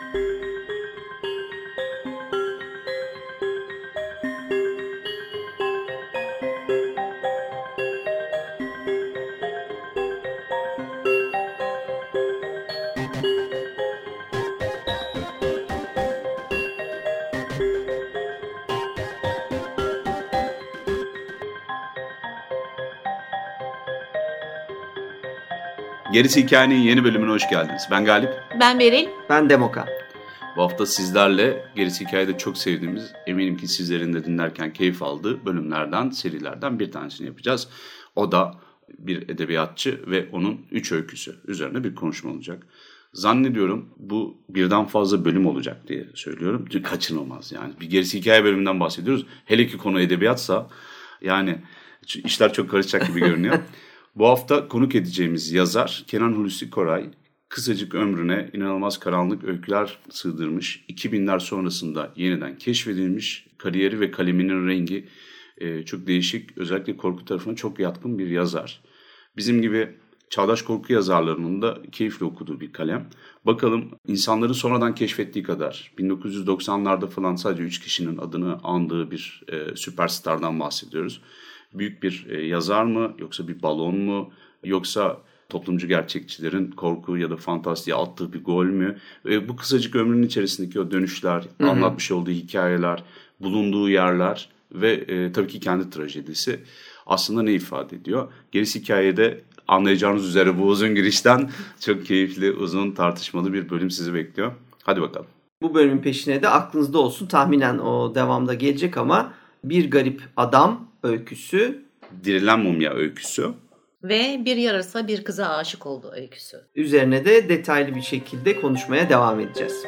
Gerisi Hikayenin yeni bölümüne hoş geldiniz. Ben Galip. Ben Beril. Ben Demokan. Bu hafta sizlerle Gerisi Hikaye'de çok sevdiğimiz, eminim ki sizlerin de dinlerken keyif aldığı bölümlerden, serilerden bir tanesini yapacağız. O da bir edebiyatçı ve onun 3 öyküsü üzerine bir konuşma olacak. Zannediyorum bu birden fazla bölüm olacak diye söylüyorum. Kaçınılmaz yani. Bir Gerisi Hikaye bölümünden bahsediyoruz. Hele ki konu edebiyatsa yani işler çok karışacak gibi görünüyor. Bu hafta konuk edeceğimiz yazar Kenan Hulusi Koray, kısacık ömrüne inanılmaz karanlık öyküler sığdırmış, 2000'ler sonrasında yeniden keşfedilmiş, kariyeri ve kaleminin rengi çok değişik, özellikle korku tarafına çok yatkın bir yazar. Bizim gibi çağdaş korku yazarlarının da keyifle okuduğu bir kalem. Bakalım insanların sonradan keşfettiği kadar 1990'larda falan sadece 3 kişinin adını andığı bir süperstardan bahsediyoruz. Büyük bir yazar mı, yoksa bir balon mu, yoksa toplumcu gerçekçilerin korku ya da fantastiğe attığı bir gol mü? Bu kısacık ömrünün içerisindeki o dönüşler, anlatmış olduğu hikayeler, bulunduğu yerler ve tabii ki kendi trajedisi aslında ne ifade ediyor? Gerisi Hikaye'de anlayacağınız üzere bu uzun girişten çok keyifli, uzun, tartışmalı bir bölüm sizi bekliyor. Hadi bakalım. Bu bölümün peşine de aklınızda olsun, tahminen o devamda gelecek ama Bir Garip Adam öyküsü, Dirilen Mumya öyküsü ve bir yarasa bir kıza aşık oldu öyküsü. Üzerine de detaylı bir şekilde konuşmaya devam edeceğiz.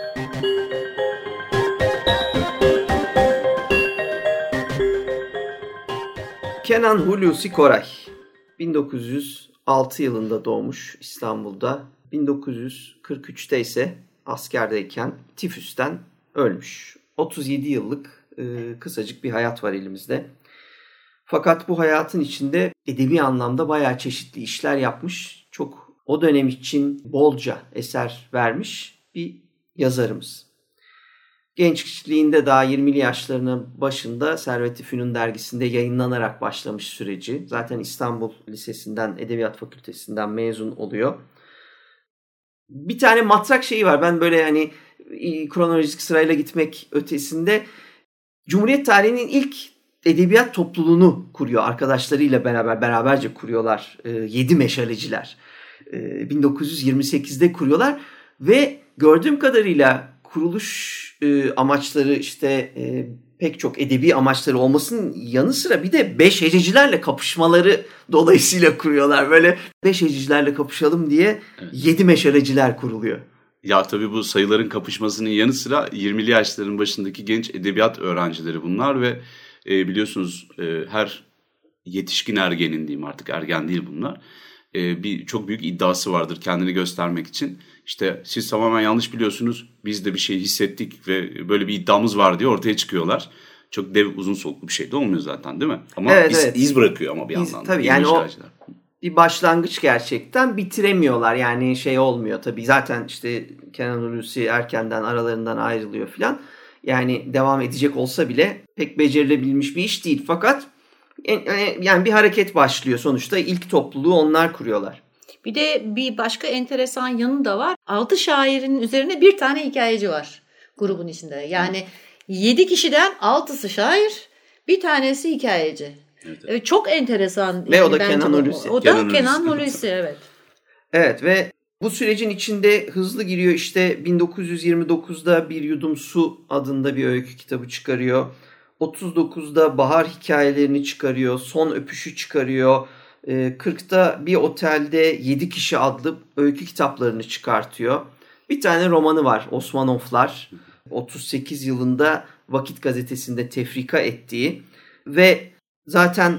Kenan Hulusi Koray 1906 yılında doğmuş İstanbul'da. 1943'te ise askerdeyken tifüsten ölmüş. 37 yıllık kısacık bir hayat var elimizde. Fakat bu hayatın içinde edebi anlamda bayağı çeşitli işler yapmış. Çok o dönem için bolca eser vermiş bir yazarımız. Gençliğinde daha 20'li yaşlarının başında Servet-i Fünun dergisinde yayınlanarak başlamış süreci. Zaten İstanbul Lisesi'nden, Edebiyat Fakültesinden mezun oluyor. Bir tane matrak şeyi var. Ben böyle hani kronolojik sırayla gitmek ötesinde Cumhuriyet tarihinin ilk edebiyat topluluğunu kuruyor. Arkadaşlarıyla beraberce kuruyorlar. 7 Meşaleciler. 1928'de kuruyorlar ve gördüğüm kadarıyla kuruluş amaçları işte pek çok edebi amaçları olmasının yanı sıra bir de 5 hececilerle kapışmaları dolayısıyla kuruyorlar. Böyle 5 hececilerle kapışalım diye 7 Meşaleciler kuruluyor. Ya tabii bu sayıların kapışmasının yanı sıra 20'li yaşların başındaki genç edebiyat öğrencileri bunlar ve biliyorsunuz her yetişkin ergenin diyeyim, artık ergen değil bunlar. Bir çok büyük iddiası vardır kendini göstermek için. İşte siz tamamen yanlış biliyorsunuz, biz de bir şey hissettik ve böyle bir iddiamız var diye ortaya çıkıyorlar. Çok dev, uzun soluklu bir şey de olmuyor zaten, değil mi? Ama evet. iz bırakıyor ama bir yandan. Tabii yani o bir başlangıç, gerçekten bitiremiyorlar. Yani şey olmuyor tabii. Zaten işte Kenan Hulusi erkenden aralarından ayrılıyor filan. Yani devam edecek olsa bile pek becerilebilmiş bir iş değil. Fakat yani bir hareket başlıyor sonuçta. İlk topluluğu onlar kuruyorlar. Bir de bir başka enteresan yanı da var. 6 şairin üzerine bir tane hikayeci var grubun içinde. Yani 7 kişiden 6'sı şair, bir tanesi hikayeci. Evet. Çok enteresan. Ve o da Kenan Hulusi. O da Kenan Hulusi, evet. Evet ve bu sürecin içinde hızlı giriyor. İşte 1929'da Bir Yudum Su adında bir öykü kitabı çıkarıyor. 39'da Bahar Hikayelerini çıkarıyor. Son Öpüşü çıkarıyor. 40'ta Bir Otelde 7 Kişi adlı öykü kitaplarını çıkartıyor. Bir tane romanı var, Osmanovlar. 38 yılında Vakit Gazetesi'nde tefrika ettiği ve zaten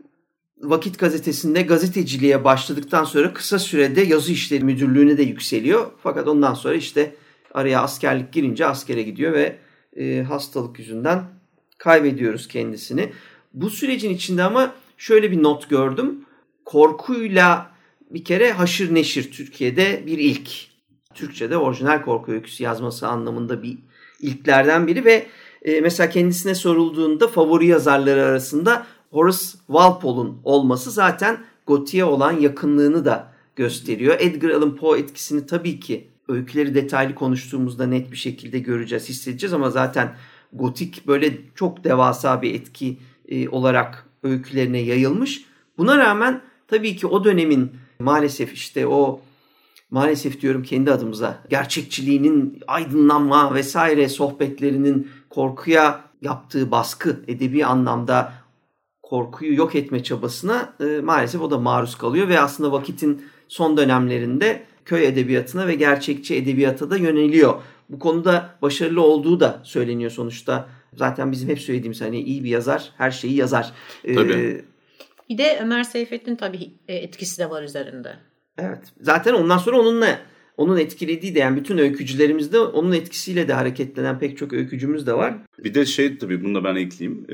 Vakit Gazetesi'nde gazeteciliğe başladıktan sonra kısa sürede yazı işleri müdürlüğüne de yükseliyor. Fakat ondan sonra işte araya askerlik girince askere gidiyor ve hastalık yüzünden kaybediyoruz kendisini. Bu sürecin içinde ama şöyle bir not gördüm. Korkuyla bir kere haşır neşir, Türkiye'de bir ilk. Türkçe'de orijinal korku öyküsü yazması anlamında bir ilklerden biri ve mesela kendisine sorulduğunda favori yazarları arasında Horace Walpole'un olması zaten gotiğe olan yakınlığını da gösteriyor. Edgar Allan Poe etkisini tabii ki öyküleri detaylı konuştuğumuzda net bir şekilde göreceğiz, hissedeceğiz ama zaten gotik böyle çok devasa bir etki olarak öykülerine yayılmış. Buna rağmen tabii ki o dönemin maalesef işte o maalesef diyorum kendi adımıza gerçekçiliğinin aydınlanma vesaire sohbetlerinin korkuya yaptığı baskı, edebi anlamda korkuyu yok etme çabasına maalesef o da maruz kalıyor ve aslında vakitin son dönemlerinde köy edebiyatına ve gerçekçi edebiyata da yöneliyor. Bu konuda başarılı olduğu da söyleniyor sonuçta. Zaten bizim hep söylediğimiz hani iyi bir yazar her şeyi yazar. Tabii. Bir de Ömer Seyfettin tabii etkisi de var üzerinde. Evet. Zaten ondan sonra onun etkilediği de yani bütün öykücülerimizde onun etkisiyle de hareketlenen pek çok öykücümüz de var. Bir de tabii bunu da ben ekleyeyim.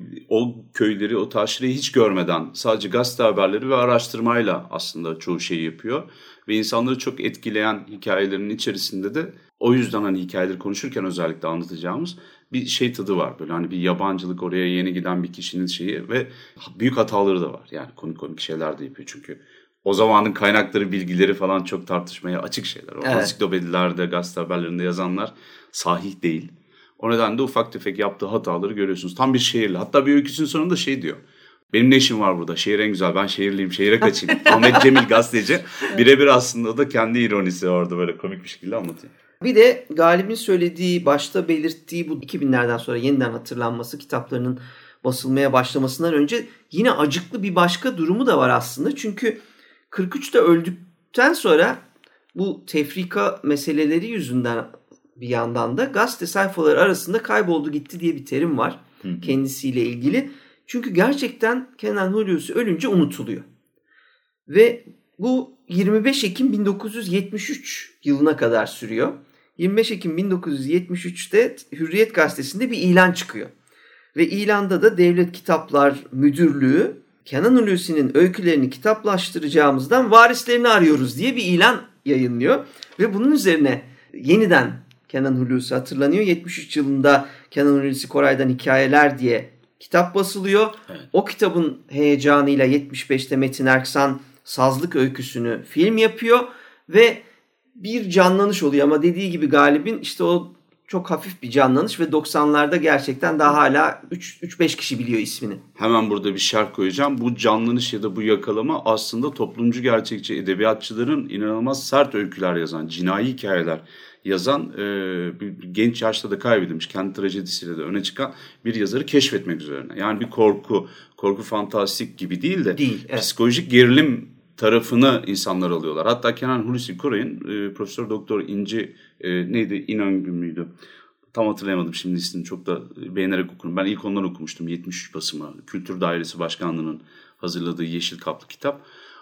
O köyleri, o taşireyi hiç görmeden sadece gazete haberleri ve araştırmayla aslında çoğu şeyi yapıyor. Ve insanları çok etkileyen hikayelerin içerisinde de o yüzden hani hikayeleri konuşurken özellikle anlatacağımız bir tadı var. Böyle hani bir yabancılık, oraya yeni giden bir kişinin şeyi ve büyük hataları da var. Yani komik şeyler de yapıyor çünkü. O zamanın kaynakları, bilgileri falan çok tartışmaya açık şeyler. O ansiklopedilerde, gazete haberlerinde yazanlar sahih değil. O nedenle ufak tefek yaptığı hataları görüyorsunuz. Tam bir şehirli. Hatta bir öyküsünün sonunda diyor. Benim ne işim var burada? Şehir en güzel. Ben şehirliyim. Şehire kaçayım. Ahmet Cemil gazeteci. Birebir aslında o da kendi ironisi orada böyle komik bir şekilde anlatıyor. Bir de Galip'in söylediği, başta belirttiği bu 2000'lerden sonra yeniden hatırlanması, kitaplarının basılmaya başlamasından önce yine acıklı bir başka durumu da var aslında. Çünkü 43'te öldükten sonra bu tefrika meseleleri yüzünden bir yandan da gazete sayfaları arasında kayboldu gitti diye bir terim var kendisiyle ilgili. Çünkü gerçekten Kenan Hulusi ölünce unutuluyor. Ve bu 25 Ekim 1973 yılına kadar sürüyor. 25 Ekim 1973'te Hürriyet Gazetesi'nde bir ilan çıkıyor. Ve ilanda da Devlet Kitaplar Müdürlüğü Kenan Hulusi'nin öykülerini kitaplaştıracağımızdan varislerini arıyoruz diye bir ilan yayınlıyor. Ve bunun üzerine yeniden Kenan Hulusi hatırlanıyor. 73 yılında Kenan Hulusi Koray'dan Hikayeler diye kitap basılıyor. Evet. O kitabın heyecanıyla 75'te Metin Erksan Sazlık öyküsünü film yapıyor ve bir canlanış oluyor ama dediği gibi Galip'in işte o çok hafif bir canlanış ve 90'larda gerçekten daha hala 3-5 kişi biliyor ismini. Hemen burada bir şerh koyacağım. Bu canlanış ya da bu yakalama aslında toplumcu gerçekçi edebiyatçıların inanılmaz sert öyküler yazan, cinayi hikayeler yazan bir genç yaşta da kaybedilmiş, kendi trajedisiyle de öne çıkan bir yazarı keşfetmek üzerine. Yani bir korku fantastik gibi değil de evet. Psikolojik gerilim tarafını insanlar alıyorlar. Hatta Kenan Hulusi Koray'ın Profesör Doktor İnci İnöngü müydü? Tam hatırlayamadım şimdi ismini. Çok da beğenerek okurum. Ben ilk ondan okumuştum. 73 basımı. Kültür Dairesi Başkanlığı'nın hazırladığı yeşil kaplı kitap.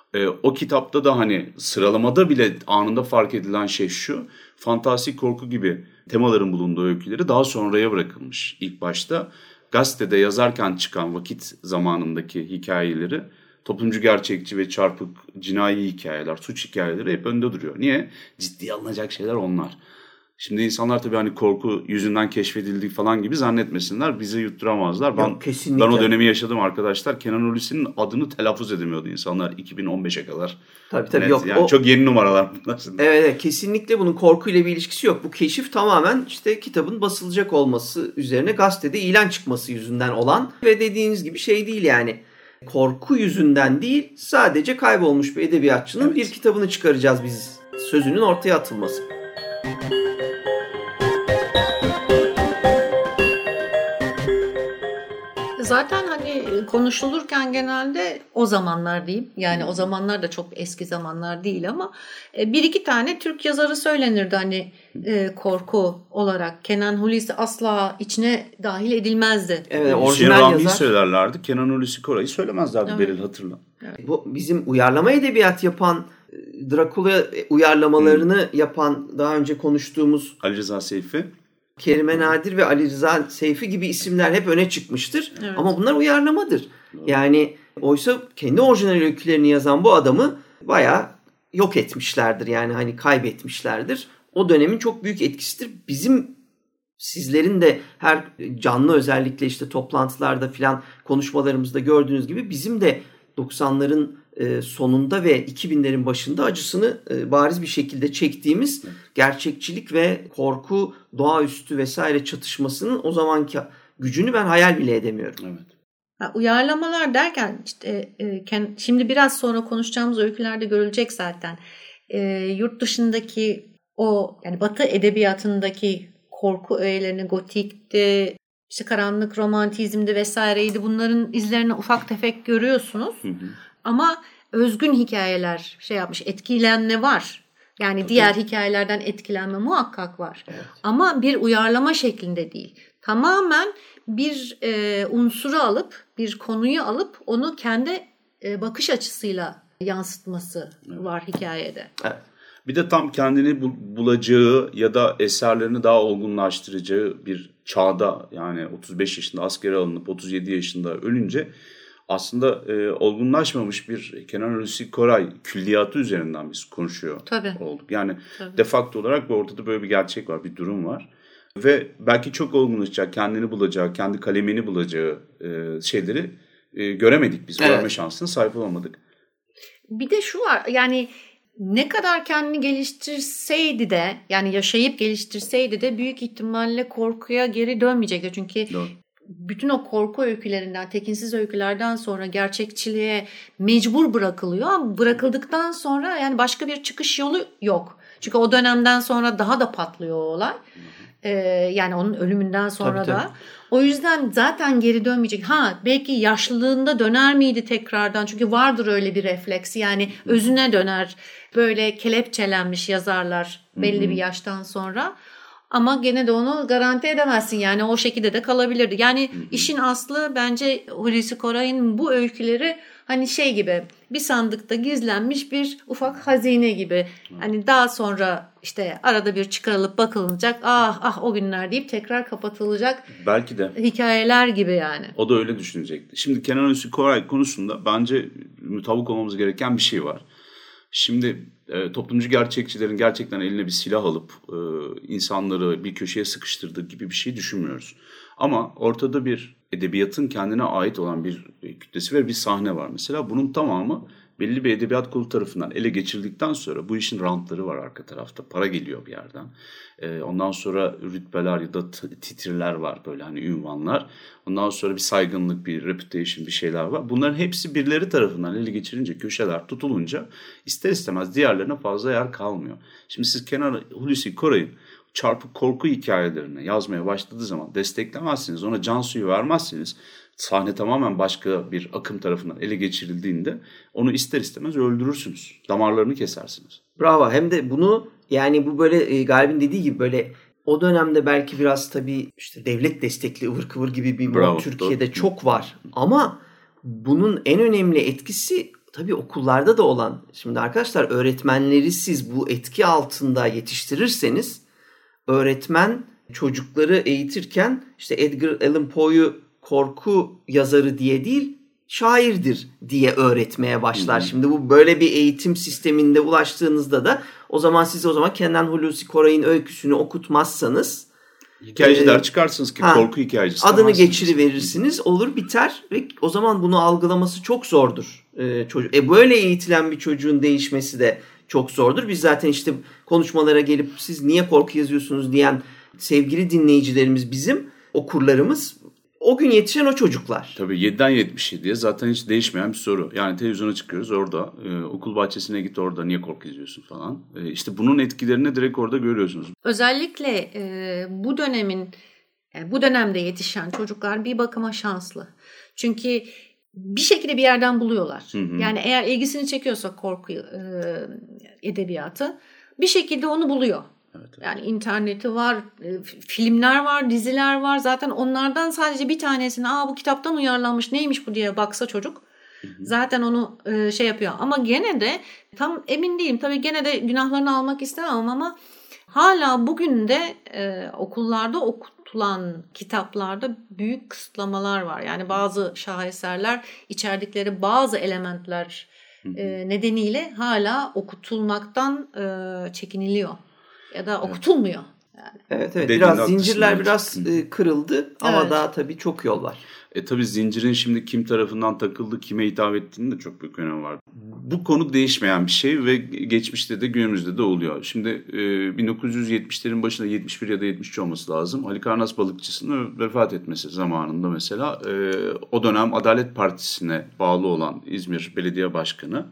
O kitapta da hani sıralamada bile anında fark edilen şey şu. Fantastik korku gibi temaların bulunduğu öyküleri daha sonraya bırakılmış. İlk başta gazetede yazarken çıkan vakit zamanındaki hikayeleri toplumcu gerçekçi ve çarpık cinayi hikayeler, suç hikayeleri hep önde duruyor. Niye? Ciddiye alınacak şeyler onlar. Şimdi insanlar tabii hani korku yüzünden keşfedildik falan gibi zannetmesinler. Bizi yutturamazlar. Ben o dönemi yaşadım arkadaşlar. Kenan Hulusi'nin adını telaffuz edemiyordu insanlar 2015'e kadar. Tabii evet, yok. Yani çok yeni numaralar bunlar. Evet, kesinlikle bunun korkuyla bir ilişkisi yok. Bu keşif tamamen işte kitabın basılacak olması üzerine gazetede ilan çıkması yüzünden olan ve dediğiniz gibi şey değil yani. Korku yüzünden değil, sadece kaybolmuş bir edebiyatçının bir kitabını çıkaracağız biz sözünün ortaya atılması. Zaten hani konuşulurken genelde o zamanlar diyeyim. Yani o zamanlar da çok eski zamanlar değil ama bir iki tane Türk yazarı söylenirdi hani korku olarak. Kenan Hulusi asla içine dahil edilmezdi. Evet, orijinal yazar. Söylerlerdi. Kenan Hulusi Koray'ı söylemezlerdi. Evet. Beril hatırla. Evet. Bu bizim uyarlama edebiyat yapan, Drakula uyarlamalarını yapan daha önce konuştuğumuz Ali Rıza Seyfi, Kerime Nadir ve Ali Rıza Seyfi gibi isimler hep öne çıkmıştır. Evet. Ama bunlar uyarlamadır. Yani oysa kendi orijinal öykülerini yazan bu adamı bayağı yok etmişlerdir. Yani hani kaybetmişlerdir. O dönemin çok büyük etkisidir. Bizim sizlerin de her canlı özellikle işte toplantılarda filan konuşmalarımızda gördüğünüz gibi bizim de 90'ların sonunda ve 2000'lerin başında acısını bariz bir şekilde çektiğimiz gerçekçilik ve korku, doğaüstü vesaire çatışmasının o zamanki gücünü ben hayal bile edemiyorum. Evet. Uyarlamalar derken işte şimdi biraz sonra konuşacağımız öykülerde görülecek zaten. Yurt dışındaki o yani Batı edebiyatındaki korku öğelerini, gotikti, işte karanlık romantizmdi vesaireydi. Bunların izlerini ufak tefek görüyorsunuz. Ama özgün hikayeler yapmış, etkilenme var. Yani tabii. Diğer hikayelerden etkilenme muhakkak var. Evet. Ama bir uyarlama şeklinde değil. Tamamen bir unsuru alıp, bir konuyu alıp onu kendi bakış açısıyla yansıtması var hikayede. Evet. Bir de tam kendini bulacağı ya da eserlerini daha olgunlaştıracağı bir çağda, yani 35 yaşında askere alınıp 37 yaşında ölünce aslında olgunlaşmamış bir Kenan Hulusi Koray külliyatı üzerinden biz konuşuyor olduk. Yani de facto olarak ortada böyle bir gerçek var, bir durum var. Ve belki çok olgunlaşacak, kendini bulacağı, kendi kalemini bulacağı şeyleri göremedik biz. Görme şansına sahip olamadık. Bir de şu var, yani ne kadar kendini geliştirseydi de, yani yaşayıp geliştirseydi de büyük ihtimalle korkuya geri dönmeyecekti. Çünkü bütün o korku öykülerinden, tekinsiz öykülerden sonra gerçekçiliğe mecbur bırakılıyor. Ama bırakıldıktan sonra yani başka bir çıkış yolu yok. Çünkü o dönemden sonra daha da patlıyor o olay. Yani onun ölümünden sonra tabii. Da. O yüzden zaten geri dönmeyecek. Belki yaşlılığında döner miydi tekrardan? Çünkü vardır öyle bir refleks. Yani özüne döner. Böyle kelepçelenmiş yazarlar belli bir yaştan sonra. Ama gene de onu garanti edemezsin. Yani o şekilde de kalabilirdi. Yani işin aslı bence Hulusi Koray'ın bu öyküleri hani gibi bir sandıkta gizlenmiş bir ufak hazine gibi. Hani daha sonra işte arada bir çıkarılıp bakılacak. O günler deyip tekrar kapatılacak. Belki de. Hikayeler gibi yani. O da öyle düşünecekti. Şimdi Kenan Hulusi Koray konusunda bence mutabık olmamız gereken bir şey var. Şimdi toplumcu gerçekçilerin gerçekten eline bir silah alıp insanları bir köşeye sıkıştırdığı gibi bir şey düşünmüyoruz. Ama ortada bir edebiyatın kendine ait olan bir kütlesi ve bir sahne var. Mesela bunun tamamı belli bir edebiyat kolu tarafından ele geçirildikten sonra bu işin rantları var arka tarafta. Para geliyor bir yerden. Ondan sonra rütbeler ya da titirler var, böyle hani ünvanlar. Ondan sonra bir saygınlık, bir reputation, bir şeyler var. Bunların hepsi birileri tarafından ele geçirince, köşeler tutulunca ister istemez diğerlerine fazla yer kalmıyor. Şimdi siz Kenan Hulusi Koray'ın çarpık korku hikayelerini yazmaya başladığı zaman desteklemezsiniz, ona can suyu vermezsiniz. Sahne tamamen başka bir akım tarafından ele geçirildiğinde onu ister istemez öldürürsünüz. Damarlarını kesersiniz. Bravo. Hem de bunu yani bu böyle Galip'in dediği gibi böyle o dönemde belki biraz tabii işte devlet destekli ıvır kıvır gibi bir mod Türkiye'de çok var. Ama bunun en önemli etkisi tabii okullarda da olan. Şimdi arkadaşlar, öğretmenleri siz bu etki altında yetiştirirseniz, öğretmen çocukları eğitirken işte Edgar Allan Poe'yu korku yazarı diye değil, şairdir diye öğretmeye başlar. Şimdi bu böyle bir eğitim sisteminde ulaştığınızda da o zaman Kenan Hulusi Koray'ın öyküsünü okutmazsanız hikayeciler çıkarsınız ki korku hikayecisi. Adını geçiriverirsiniz, olur biter ve o zaman bunu algılaması çok zordur. Böyle eğitilen bir çocuğun değişmesi de çok zordur. Biz zaten işte konuşmalara gelip siz niye korku yazıyorsunuz diyen sevgili dinleyicilerimiz, bizim okurlarımız, o gün yetişen o çocuklar. Tabii 7'den 77'ye zaten hiç değişmeyen bir soru. Yani televizyona çıkıyoruz, orada okul bahçesine git, orada niye korku izliyorsun falan. İşte bunun etkilerini direkt orada görüyorsunuz. Özellikle bu dönemde yetişen çocuklar bir bakıma şanslı. Çünkü bir şekilde bir yerden buluyorlar. Yani eğer ilgisini çekiyorsa korku edebiyatı bir şekilde onu buluyor. Evet. Yani interneti var, filmler var, diziler var. Zaten onlardan sadece bir tanesini bu kitaptan uyarlanmış neymiş bu diye baksa çocuk zaten onu yapıyor. Ama gene de tam emin değilim. Tabii gene de günahlarını almak istemem ama hala bugün de okullarda okutulan kitaplarda büyük kısıtlamalar var. Yani bazı şaheserler içerdikleri bazı elementler nedeniyle hala okutulmaktan çekiniliyor ya da okutulmuyor. Yani. Evet Dediğin biraz haklısın, zincirler evet. biraz kırıldı ama Evet. daha tabii çok yol var. Tabii zincirin şimdi kim tarafından takıldı, kime hitap ettiğinin de çok büyük önemi var. Bu konu değişmeyen bir şey ve geçmişte de günümüzde de oluyor. Şimdi 1970'lerin başında 71 ya da 73 olması lazım. Halikarnas balıkçısının vefat etmesi zamanında mesela o dönem Adalet Partisi'ne bağlı olan İzmir Belediye Başkanı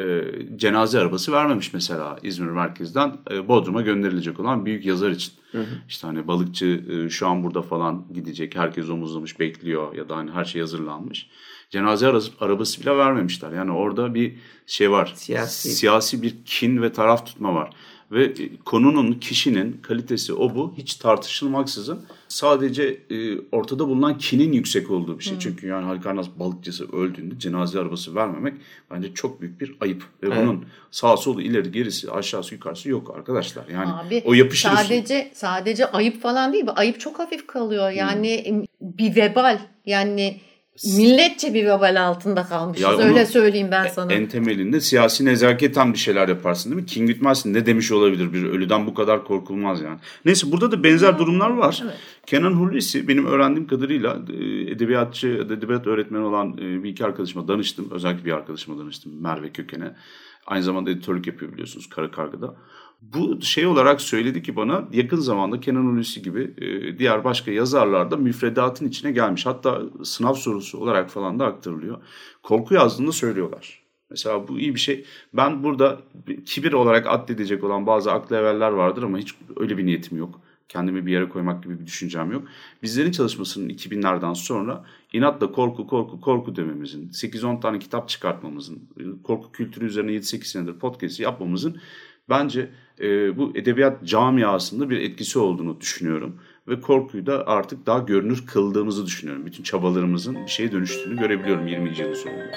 cenaze arabası vermemiş mesela İzmir merkezden Bodrum'a gönderilecek olan büyük yazar için. İşte hani balıkçı şu an burada falan gidecek, herkes omuzlamış bekliyor ya da hani her şey hazırlanmış. Cenaze arabası bile vermemişler. Yani orada bir şey var. Siyasi bir kin ve taraf tutma var. Ve konunun, kişinin kalitesi o bu hiç tartışılmaksızın sadece ortada bulunan kinin yüksek olduğu bir şey. Çünkü yani Halikarnas balıkçısı öldüğünde cenaze arabası vermemek bence çok büyük bir ayıp. Ve bunun sağ solu ileri gerisi aşağısı yukarısı yok arkadaşlar. Yani Abi, o yapıştır. Sadece ayıp falan değil. Ayıp çok hafif kalıyor. Yani bir vebal. Yani milletçe bir vebal altında kalmışız. Ya öyle söyleyeyim ben sana. En temelinde siyasi nezaketen bir şeyler yaparsın değil mi? Kin gütmezsin. Ne demiş olabilir? Bir ölüden bu kadar korkulmaz yani. Neyse burada da benzer durumlar var. Evet. Kenan Hulusi benim öğrendiğim kadarıyla edebiyatçı, edebiyat öğretmeni olan bir iki arkadaşıma danıştım. Özellikle bir arkadaşıma danıştım. Merve Köken'e. Aynı zamanda editörlük yapıyor biliyorsunuz Kara Karga'da. Bu şey olarak söyledi ki bana yakın zamanda Kenan Hulusi gibi diğer başka yazarlar da müfredatın içine gelmiş. Hatta sınav sorusu olarak falan da aktarılıyor. Korku yazdığını söylüyorlar. Mesela bu iyi bir şey. Ben burada kibir olarak addedecek olan bazı aklı eveller vardır ama hiç öyle bir niyetim yok. Kendimi bir yere koymak gibi bir düşüncem yok. Bizlerin çalışmasının 2000'lerden sonra inatla korku dememizin, 8-10 tane kitap çıkartmamızın, korku kültürü üzerine 7-8 senedir podcast yapmamızın bence bu edebiyat camiasında bir etkisi olduğunu düşünüyorum. Ve korkuyu da artık daha görünür kıldığımızı düşünüyorum. Bütün çabalarımızın bir şeye dönüştüğünü görebiliyorum 20. yılın sonunda.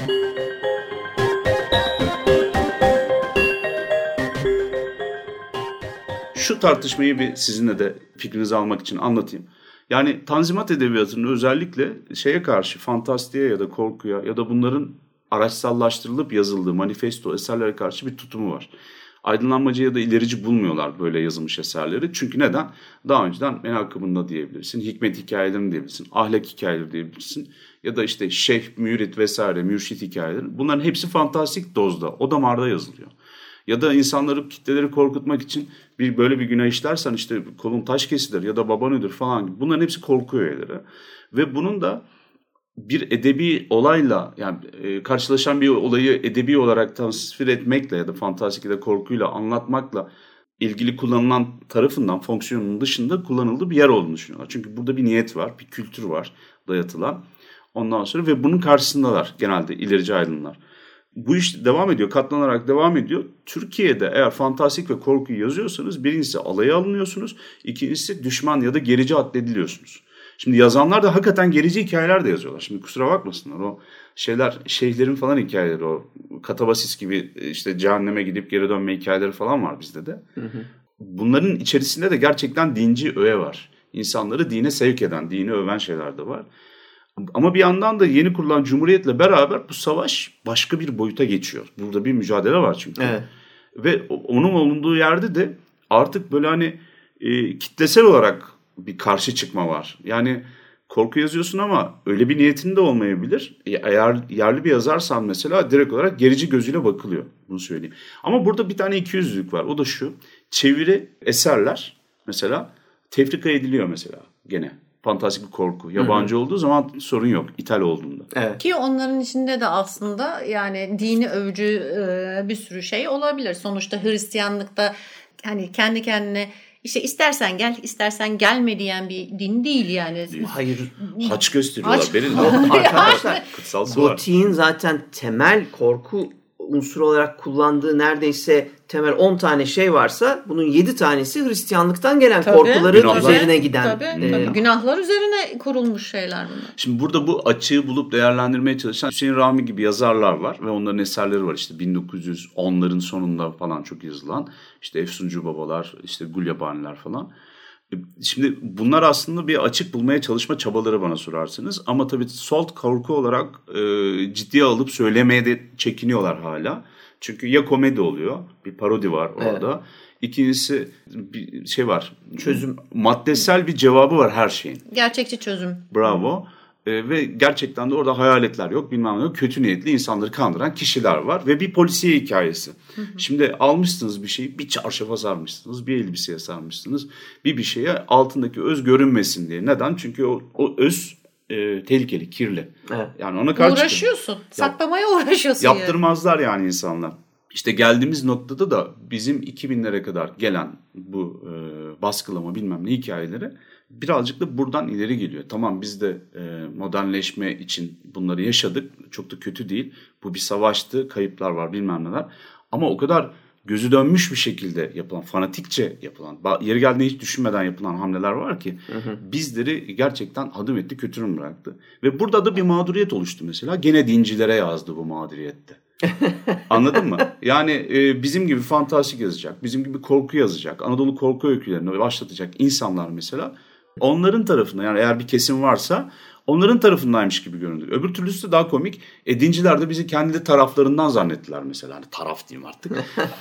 Şu tartışmayı bir sizinle de fikrinizi almak için anlatayım. Yani Tanzimat Edebiyatı'nın özellikle şeye karşı, fantastiğe ya da korkuya ya da bunların araçsallaştırılıp yazıldığı manifesto eserlere karşı bir tutumu var. Aydınlanmacı ya da ilerici bulmuyorlar böyle yazılmış eserleri. Çünkü neden? Daha önceden menakıbında diyebilirsin, hikmet hikayelerini diyebilirsin, ahlak hikayeleri diyebilirsin. Ya da işte şeyh, mürit vesaire, mürşit hikayeleri. Bunların hepsi fantastik dozda, o damarda yazılıyor. Ya da insanları, kitleleri korkutmak için böyle bir günah işlersen işte kolun taş kesilir ya da baban ölür falan gibi. Bunların hepsi korku öğeleri. Ve bunun da bir edebi olayla yani karşılaşan bir olayı edebi olarak tasvir etmekle ya da fantastik ya da korkuyla anlatmakla ilgili kullanılan tarafından fonksiyonun dışında kullanıldığı bir yer olduğunu düşünüyorlar. Çünkü burada bir niyet var, bir kültür var dayatılan. Ondan sonra ve bunun karşısındalar genelde ilerici aydınlar. Bu iş devam ediyor, katlanarak devam ediyor. Türkiye'de eğer fantastik ve korkuyu yazıyorsanız birincisi alaya alınıyorsunuz, ikincisi düşman ya da gerici addediliyorsunuz. Şimdi yazanlar da hakikaten gerici hikayeler de yazıyorlar. Şimdi kusura bakmasınlar o şeyler, şeyhlerin falan hikayeleri, o Katabasis gibi işte cehenneme gidip geri dönme hikayeleri falan var bizde de. Bunların içerisinde de gerçekten dinci öğe var. İnsanları dine sevk eden, dini öven şeyler de var. Ama bir yandan da yeni kurulan Cumhuriyet'le beraber bu savaş başka bir boyuta geçiyor. Burada bir mücadele var çünkü. Evet. Ve onun bulunduğu yerde de artık böyle hani kitlesel olarak bir karşı çıkma var. Yani korku yazıyorsun ama öyle bir niyetin de olmayabilir. Eğer yerli bir yazarsan mesela direkt olarak gerici gözüyle bakılıyor. Bunu söyleyeyim. Ama burada bir tane ikiyüzlülük var. O da şu. Çeviri eserler mesela tefrika ediliyor mesela gene. Fantastik bir korku. Yabancı olduğu zaman sorun yok. İthal olduğunda. Evet. Ki onların içinde de aslında yani dini övücü bir sürü şey olabilir. Sonuçta Hristiyanlıkta hani kendi kendine işte istersen gel, istersen gelme diyen bir din değil yani. Hayır. Haç gösteriyorlar. Arkadaşlar Gotik'in zaten temel korku unsuru olarak kullandığı neredeyse temel 10 tane şey varsa bunun 7 tanesi Hristiyanlıktan gelen korkuların üzerine giden. Tabii. Günahlar üzerine kurulmuş şeyler bunlar. Şimdi burada bu açığı bulup değerlendirmeye çalışan Hüseyin Rahmi gibi yazarlar var ve onların eserleri var. İşte 1910'ların sonunda falan çok yazılan işte Efsuncu Babalar, işte Gulyabaniler falan. Şimdi bunlar aslında bir açık bulmaya çalışma çabaları bana sorarsınız. Ama tabii salt korku olarak ciddiye alıp söylemeye de çekiniyorlar hala. Çünkü ya komedi oluyor, bir parodi var orada. Evet. İkincisi bir şey var. Çözüm. Maddesel bir cevabı var her şeyin. Gerçekçi çözüm. Bravo. Ve gerçekten de orada hayaletler yok, bilmem ne yok. Kötü niyetli insanları kandıran kişiler var. Ve bir polisiye hikayesi. Şimdi almışsınız bir şeyi, bir çarşafa sarmışsınız, bir elbiseye sarmışsınız. Bir şeye altındaki öz görünmesin diye. Neden? Çünkü o öz tehlikeli, kirli. Evet. Yani ona karşı uğraşıyorsun. Saklamaya uğraşıyorsun. Yaptırmazlar yani insanlar. İşte geldiğimiz noktada da bizim 2000'lere kadar gelen bu baskılama bilmem ne hikayeleri birazcık da buradan ileri geliyor. Tamam, biz de modernleşme için bunları yaşadık. Çok da kötü değil. Bu bir savaştı, kayıplar var bilmem neler. Ama o kadar gözü dönmüş bir şekilde yapılan, fanatikçe yapılan, yeri geldiğinde hiç düşünmeden yapılan hamleler var ki bizleri gerçekten adım etti, kötürüm bıraktı. Ve burada da bir mağduriyet oluştu mesela. Gene dincilere yazdı bu mağduriyette. Anladın mı? Yani bizim gibi fantastik yazacak, bizim gibi korku yazacak, Anadolu korku öykülerini başlatacak insanlar mesela onların tarafında, yani eğer bir kesim varsa onların tarafındaymış gibi göründü. Öbür türlüsü de daha komik. Dinciler de bizi kendi taraflarından zannettiler mesela. Hani taraf diyeyim artık.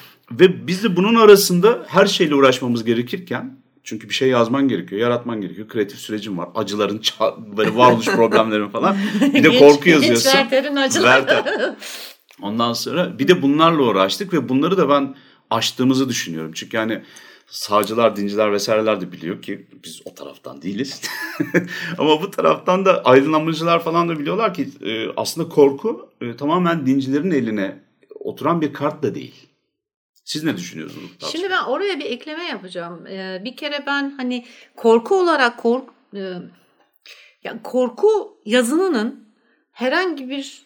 Ve biz de bunun arasında her şeyle uğraşmamız gerekirken, çünkü bir şey yazman gerekiyor, yaratman gerekiyor. Kreatif sürecin var. Acıların, böyle varoluş problemlerin falan. Bir de korku yazıyorsun. Werther'in acıları. Ondan sonra bir de bunlarla uğraştık ve bunları da ben aştığımızı düşünüyorum. Çünkü yani sağcılar, dinciler vesaireler de biliyor ki biz o taraftan değiliz. Ama bu taraftan da aydınlanmacılar falan da biliyorlar ki aslında korku tamamen dincilerin eline oturan bir kart da değil. Siz ne düşünüyorsunuz? Şimdi ben oraya bir ekleme yapacağım. Bir kere ben hani korku olarak korku yazınının herhangi bir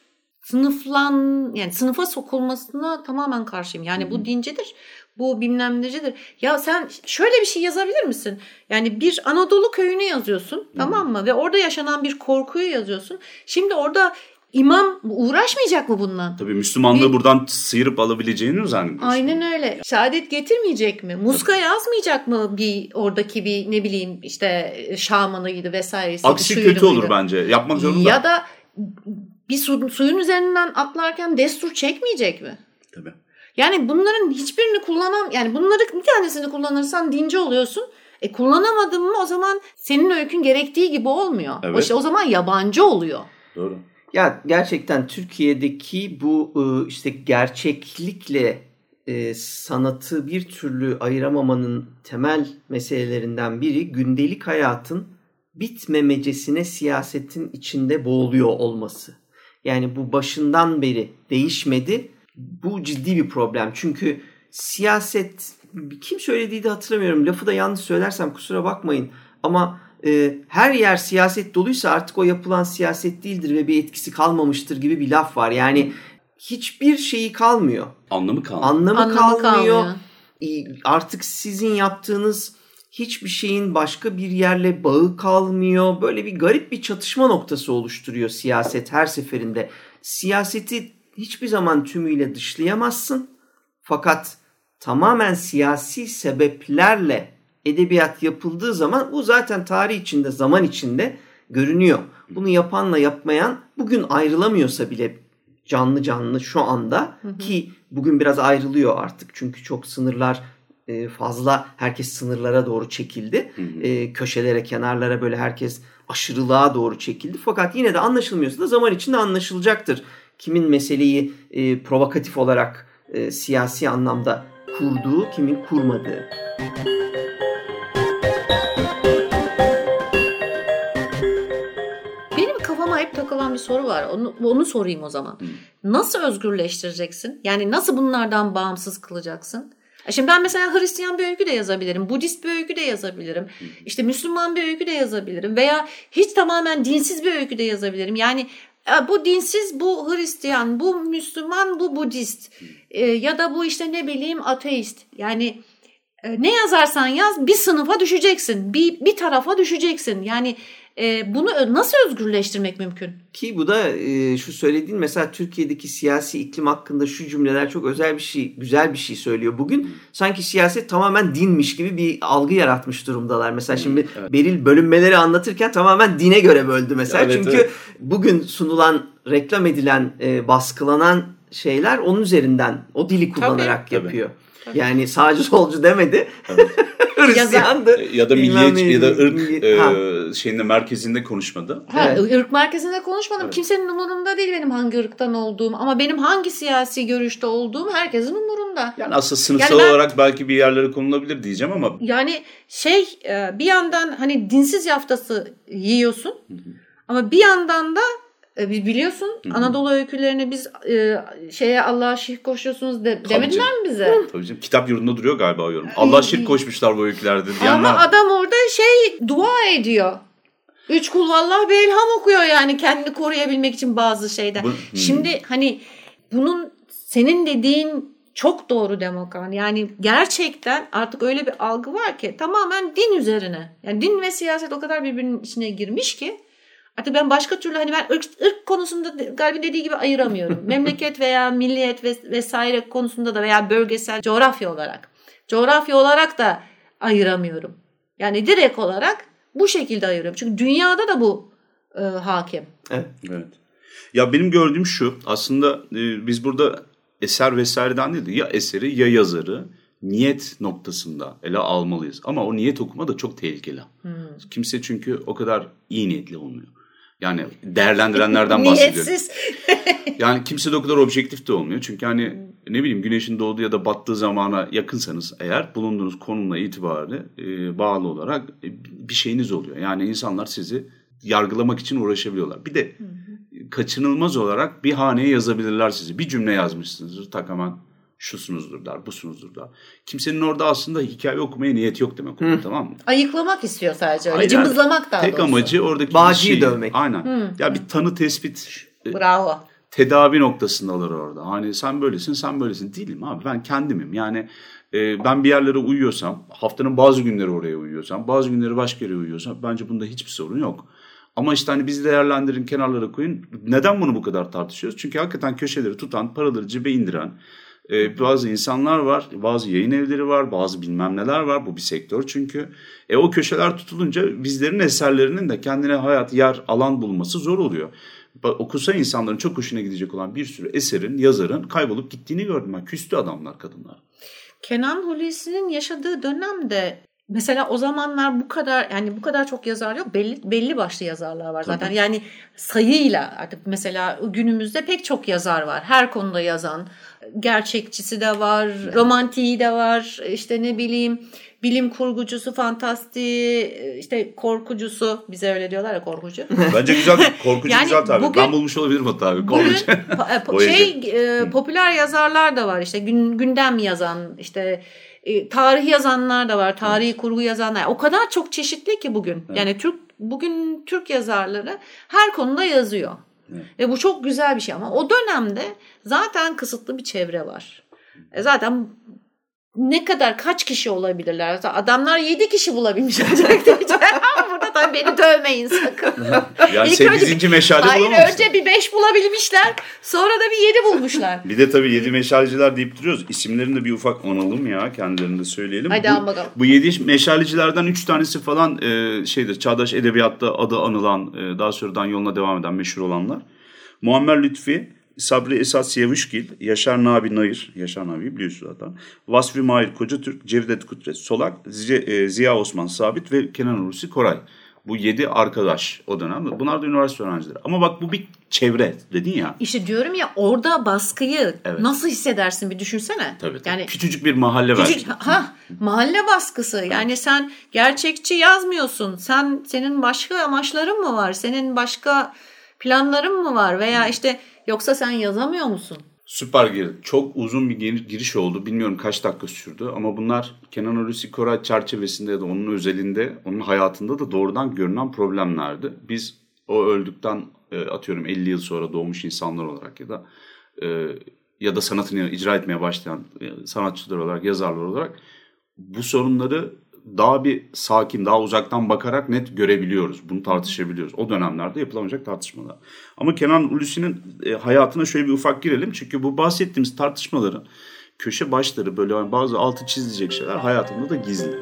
yani sınıfa sokulmasına tamamen karşıyım. Yani bu dincidir, bu bilmem necidir. Ya sen şöyle bir şey yazabilir misin? Yani bir Anadolu köyünü yazıyorsun, tamam mı? Ve orada yaşanan bir korkuyu yazıyorsun. Şimdi orada İmam uğraşmayacak mı bundan? Tabii Müslümanlığı buradan sıyırıp alabileceğini mi zannediyorsun? Aynen öyle. Şehadet getirmeyecek mi? Muska yazmayacak mı oradaki bir ne bileyim işte şamanıydı vesairesi. Aksi kötü olur bence. Yapmak zorunda. Ya da bir suyun üzerinden atlarken destur çekmeyecek mi? Tabii. Yani bunların hiçbirini yani bunları bir tanesini kullanırsan dinci oluyorsun. Kullanamadın mı o zaman senin öykün gerektiği gibi olmuyor. Evet. O zaman yabancı oluyor. Doğru. Ya gerçekten Türkiye'deki bu işte gerçeklikle sanatı bir türlü ayıramamanın temel meselelerinden biri gündelik hayatın bitmemecesine siyasetin içinde boğuluyor olması. Yani bu başından beri değişmedi. Bu ciddi bir problem. Çünkü siyaset, kim söylediği de hatırlamıyorum. Lafı da yanlış söylersem kusura bakmayın. Ama her yer siyaset doluysa artık o yapılan siyaset değildir ve bir etkisi kalmamıştır gibi bir laf var. Yani hiçbir şeyi kalmıyor. Anlamı kalmıyor. Artık sizin yaptığınız hiçbir şeyin başka bir yerle bağı kalmıyor. Böyle bir garip bir çatışma noktası oluşturuyor siyaset her seferinde. Siyaseti hiçbir zaman tümüyle dışlayamazsın. Fakat tamamen siyasi sebeplerle edebiyat yapıldığı zaman bu zaten tarih içinde, zaman içinde görünüyor. Bunu yapanla yapmayan bugün ayrılamıyorsa bile canlı şu anda, ki bugün biraz ayrılıyor artık. Çünkü çok sınırlar fazla, herkes sınırlara doğru çekildi. Köşelere, kenarlara böyle herkes aşırılığa doğru çekildi. Fakat yine de anlaşılmıyorsa da zaman içinde anlaşılacaktır. Kimin meseleyi provokatif olarak siyasi anlamda kurduğu, kimin kurmadığı. Benim kafama hep takılan bir soru var. Onu sorayım o zaman. Nasıl özgürleştireceksin? Yani nasıl bunlardan bağımsız kılacaksın? Şimdi ben mesela Hristiyan bir öykü de yazabilirim. Budist bir öykü de yazabilirim. İşte Müslüman bir öykü de yazabilirim. Veya hiç tamamen dinsiz bir öykü de yazabilirim. Yani bu dinsiz, bu Hristiyan, bu Müslüman, bu Budist. Ya da bu işte ne bileyim ateist. Yani ne yazarsan yaz bir sınıfa düşeceksin. Bir tarafa düşeceksin. Yani bunu nasıl özgürleştirmek mümkün? Ki bu da şu söylediğin mesela Türkiye'deki siyasi iklim hakkında şu cümleler çok güzel bir şey söylüyor. Bugün sanki siyaset tamamen dinmiş gibi bir algı yaratmış durumdalar. Mesela şimdi Beril bölünmeleri anlatırken tamamen dine göre böldü mesela. Evet, çünkü bugün sunulan, reklam edilen, baskılanan şeyler onun üzerinden o dili kullanarak yapıyor. Tabii. Yani sağcı solcu demedi. Hristiyandı. Ya da milliyetçi ya da ırk şeyinde merkezinde konuşmadı. Irk merkezinde konuşmadım. Evet. Kimsenin umurunda değil benim hangi ırktan olduğum, ama benim hangi siyasi görüşte olduğum herkesin umurunda. Yani aslında sınıfsal olarak belki bir yerlere konulabilir diyeceğim ama. Yani bir yandan hani dinsiz yaftası yiyorsun ama bir yandan da biliyorsun Anadolu öykülerini biz Allah'a şirk koşuyorsunuz demediler mi bize? Tabii canım. Kitap yurdunda duruyor galiba o yorum. Allah'a şirk koşmuşlar bu öykülerde diyenler. Ama adam orada dua ediyor. 3 kul vallah bir elham okuyor yani kendini koruyabilmek için bazı şeyden. Şimdi hani bunun senin dediğin çok doğru Demokan. Yani gerçekten artık öyle bir algı var ki tamamen din üzerine. Yani din ve siyaset o kadar birbirinin içine girmiş ki artık ben başka türlü hani ben ırk konusunda Galip'in dediği gibi ayıramıyorum. Memleket veya milliyet vesaire konusunda da veya bölgesel coğrafya olarak da ayıramıyorum. Yani direkt olarak bu şekilde ayırıyorum. Çünkü dünyada da bu hakim. Evet. Ya benim gördüğüm şu aslında biz burada eser vesaireden değil de ya eseri ya yazarı niyet noktasında ele almalıyız. Ama o niyet okuma da çok tehlikeli. Kimse çünkü o kadar iyi niyetli olmuyor. Yani değerlendirenlerden bahsediyorum. Niyetsiz. Yani kimse de o kadar objektif de olmuyor. Çünkü hani ne bileyim güneşin doğduğu ya da battığı zamana yakınsanız eğer bulunduğunuz konumla itibariyle bağlı olarak bir şeyiniz oluyor. Yani insanlar sizi yargılamak için uğraşabiliyorlar. Bir de kaçınılmaz olarak bir haneye yazabilirler sizi. Bir cümle yazmışsınızdır tamamen şusunuzdur der, busunuzdur der. Kimsenin orada aslında hikaye okumaya niyeti yok demek. Tamam mı? Ayıklamak istiyor sadece öyle. Cımbızlamak daha tek doğrusu. Tek amacı oradaki bağcıyı dövmek. Aynen. Ya bir tanı tespit. Bravo. Tedavi noktasındalar orada. Hani sen böylesin değilim abi. Ben kendimim. Yani ben bir yerlere uyuyorsam, haftanın bazı günleri oraya uyuyorsam, bazı günleri başka yere uyuyorsam bence bunda hiçbir sorun yok. Ama işte hani bizi değerlendirin, kenarlara koyun. Neden bunu bu kadar tartışıyoruz? Çünkü hakikaten köşeleri tutan, paraları cebe indiren bazı insanlar var, bazı yayın evleri var, bazı bilmem neler var. Bu bir sektör çünkü. O köşeler tutulunca bizlerin eserlerinin de kendine hayat, yer, alan bulması zor oluyor. Okusa insanların çok hoşuna gidecek olan bir sürü eserin, yazarın kaybolup gittiğini gördüm ben. Küstü adamlar, kadınlar. Kenan Hulusi'nin yaşadığı dönemde mesela o zamanlar bu kadar çok yazar yok. Belli başlı yazarlar var zaten. Tabii. Yani sayıyla artık mesela günümüzde pek çok yazar var. Her konuda yazan. Gerçekçisi de var, romantiği de var. İşte ne bileyim bilim kurgucusu, fantastiği, işte korkucusu. Bize öyle diyorlar ya, korkucu. Bence güzel. Korkucu yani güzel tabii. Ben bulmuş olabilirim hatta abi. Korkucu. Popüler yazarlar da var. İşte gündem yazan, işte tarih yazanlar da var. Tarihi kurgu yazanlar. O kadar çok çeşitli ki bugün. Evet. Yani bugün Türk yazarları her konuda yazıyor. Evet. Ve bu çok güzel bir şey ama o dönemde zaten kısıtlı bir çevre var. Zaten kaç kişi olabilirler? Adamlar 7 kişi bulabilmiş olacak. Burada tabii beni dövmeyin sakın. Yani 8. meşale bulamamışlar. Hayır, önce bir 5 bulabilmişler. Sonra da bir 7 bulmuşlar. Bir de tabii 7 meşaleciler deyip duruyoruz. İsimlerini de bir ufak analım ya. Kendilerini de söyleyelim. Hadi an bakalım. Bu 7 meşalecilerden 3 tanesi falan çağdaş edebiyatta adı anılan, daha sonradan yoluna devam eden meşhur olanlar. Muammer Lütfi, Sabri Esat Siyavuşgil, Yaşar Nabi Nayır, Yaşar Nabi'yi biliyorsun zaten. Vasfi Mahir Kocatürk, Cevdet Kudret Solak, Ziya Osman Sabit ve Kenan Hulusi Koray. Bu 7 arkadaş o dönemde. Bunlar da üniversite öğrencileri. Ama bak bu bir çevre dedin ya. İşte diyorum ya, orada baskıyı nasıl hissedersin bir düşünsene. Tabii. Yani küçücük bir mahalle var. Mahalle baskısı. Yani sen gerçekçi yazmıyorsun. Senin başka amaçların mı var? Senin başka planların mı var? Veya işte yoksa sen yazamıyor musun? Süper girdi. Çok uzun bir giriş oldu. Bilmiyorum kaç dakika sürdü ama bunlar Kenan Hulusi Koray çerçevesinde ya da onun özelinde, onun hayatında da doğrudan görünen problemlerdi. Biz o öldükten atıyorum 50 yıl sonra doğmuş insanlar olarak ya da sanatını icra etmeye başlayan sanatçılar olarak, yazarlar olarak bu sorunları daha bir sakin, daha uzaktan bakarak net görebiliyoruz. Bunu tartışabiliyoruz. O dönemlerde yapılamayacak tartışmalar. Ama Kenan Hulusi'nin hayatına şöyle bir ufak girelim. Çünkü bu bahsettiğimiz tartışmaların köşe başları, böyle bazı altı çizilecek şeyler hayatında da gizli.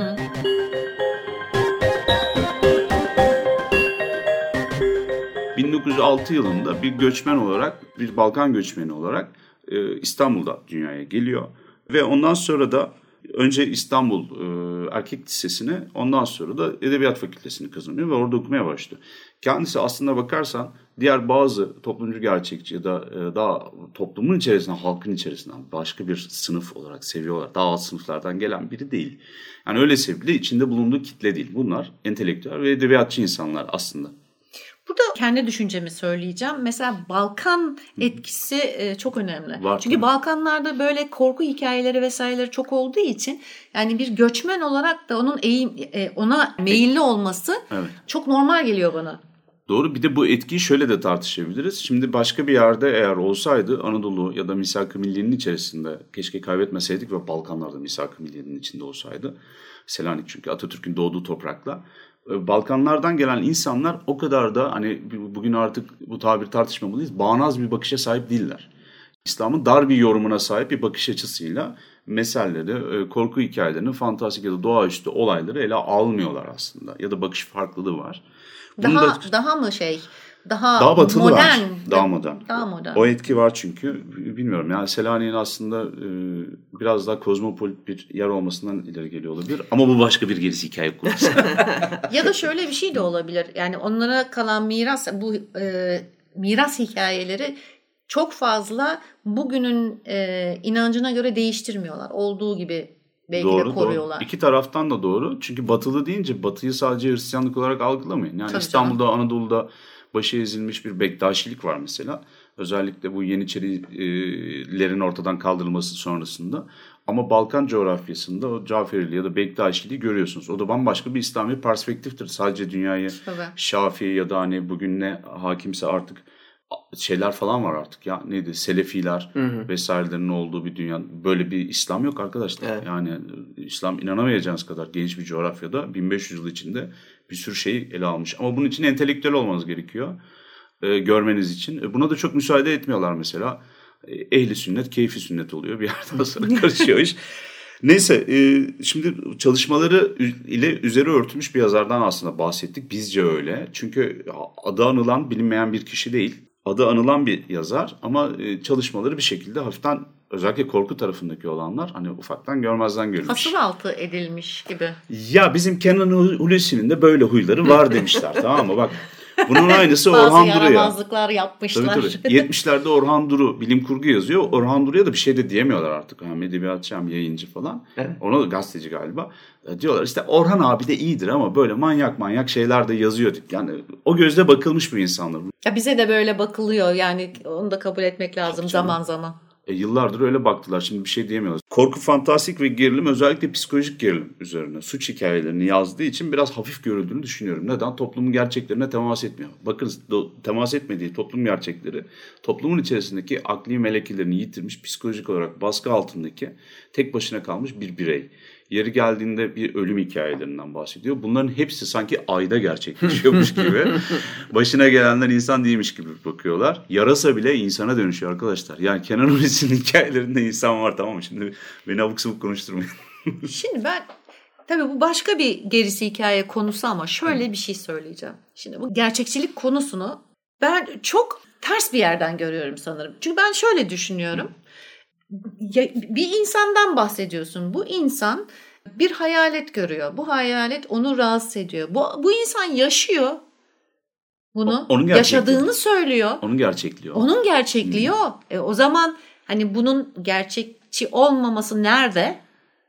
1906 yılında bir göçmen olarak, bir Balkan göçmeni olarak İstanbul'da dünyaya geliyor. Ve ondan sonra da önce İstanbul Erkek Lisesi'ni, ondan sonra da Edebiyat Fakültesini kazanıyor ve orada okumaya başlıyor. Kendisi aslında bakarsan diğer bazı toplumcu gerçekçi ya da daha toplumun içerisinden, halkın içerisinden başka bir sınıf olarak seviyorlar. Daha alt sınıflardan gelen biri değil. Yani öyleyse bile içinde bulunduğu kitle değil. Bunlar entelektüel ve edebiyatçı insanlar aslında. Burada kendi düşüncemi söyleyeceğim. Mesela Balkan etkisi çok önemli. Var, çünkü tabii. Balkanlarda böyle korku hikayeleri vesaireleri çok olduğu için yani bir göçmen olarak da onun ona meyilli olması çok normal geliyor bana. Doğru. Bir de bu etkiyi şöyle de tartışabiliriz. Şimdi başka bir yerde eğer olsaydı Anadolu ya da Misak-ı Milliye'nin içerisinde keşke kaybetmeseydik ve Balkanlarda Misak-ı Milliye'nin içinde olsaydı. Selanik çünkü Atatürk'ün doğduğu toprakla. Balkanlardan gelen insanlar o kadar da hani bugün artık bu tabir tartışmamalıyız. Bağnaz bir bakışa sahip değiller. İslam'ın dar bir yorumuna sahip bir bakış açısıyla meseleleri, korku hikayelerini, fantastik ya da doğaüstü olayları ele almıyorlar aslında. Ya da bakış farklılığı var. Daha mı daha batılı modern. var. Daha modern. Daha modern. O etki var çünkü. Bilmiyorum yani Selanik'in aslında biraz daha kozmopolit bir yer olmasından ileri geliyor olabilir. Ama bu başka bir gerisi hikaye konusu. Ya da şöyle bir şey de olabilir. Yani onlara kalan miras, bu miras hikayeleri çok fazla bugünün inancına göre değiştirmiyorlar. Olduğu gibi belki de koruyorlar. Doğru. İki taraftan da doğru. Çünkü batılı deyince batıyı sadece Hristiyanlık olarak algılamayın. Yani tabii İstanbul'da, canım. Anadolu'da başı ezilmiş bir Bektaşilik var mesela. Özellikle bu Yeniçerilerin ortadan kaldırılması sonrasında. Ama Balkan coğrafyasında o Caferili ya da Bektaşiliği görüyorsunuz. O da bambaşka bir İslami perspektiftir. Sadece dünyayı Şafii ya da hani bugün ne hakimse artık şeyler falan var artık ya, neydi, Selefiler vesairelerin olduğu bir dünya. Böyle bir İslam yok arkadaşlar. Evet. Yani İslam inanamayacağınız kadar geniş bir coğrafyada 1500 yıl içinde bir sürü şeyi ele almış. Ama bunun için entelektüel olmanız gerekiyor görmeniz için. Buna da çok müsaade etmiyorlar mesela. Ehli sünnet, keyfi sünnet oluyor. Bir yerden sonra karışıyor iş. Neyse, şimdi çalışmaları ile üzeri örtülmüş bir yazardan aslında bahsettik. Bizce öyle. Çünkü adı anılan bilinmeyen bir kişi değil. Adı anılan bir yazar ama çalışmaları bir şekilde hafiften, özellikle korku tarafındaki olanlar hani ufaktan görmezden görülmüş. Hasır altı edilmiş gibi. Ya bizim Kenan Hulusi'nin de böyle huyları var demişler, tamam mı? Bak, bunun aynısı Orhan Duru'ya. Bazı yaramazlıklar yapmışlar. Tabii. 70'lerde Orhan Duru bilim kurgu yazıyor. Orhan Duru'ya da bir şey de diyemiyorlar artık. Hem edebiyatçı hem yayıncı falan. Evet. Ona da gazeteci galiba. Diyorlar işte Orhan abi de iyidir ama böyle manyak şeyler de yazıyor. Yani o gözle bakılmış bu insanlar. Ya bize de böyle bakılıyor. Yani onu da kabul etmek lazım zaman zaman. Yıllardır öyle baktılar. Şimdi bir şey diyemiyoruz. Korku, fantastik ve gerilim, özellikle psikolojik gerilim üzerine suç hikayelerini yazdığı için biraz hafif görüldüğünü düşünüyorum. Neden? Toplumun gerçeklerine temas etmiyor. Bakınız, temas etmediği toplum gerçekleri, toplumun içerisindeki akli melekelerini yitirmiş, psikolojik olarak baskı altındaki, tek başına kalmış bir birey. Yeri geldiğinde bir ölüm hikayelerinden bahsediyor. Bunların hepsi sanki ayda gerçekleşiyormuş gibi. Başına gelenler insan değilmiş gibi bakıyorlar. Yarasa bile insana dönüşüyor arkadaşlar. Yani Kenan Hulusi'nin hikayelerinde insan var, tamam mı? Şimdi beni abuk sabuk konuşturmayın. Şimdi ben, tabii bu başka bir gerisi hikaye konusu ama şöyle bir şey söyleyeceğim. Şimdi bu gerçekçilik konusunu ben çok ters bir yerden görüyorum sanırım. Çünkü ben şöyle düşünüyorum. Bir insandan bahsediyorsun. Bu insan bir hayalet görüyor. Bu hayalet onu rahatsız ediyor. Bu insan yaşıyor. Bunu yaşadığını söylüyor. Onun gerçekliği o. Onun gerçekliği o. O zaman hani bunun gerçekçi olmaması nerede?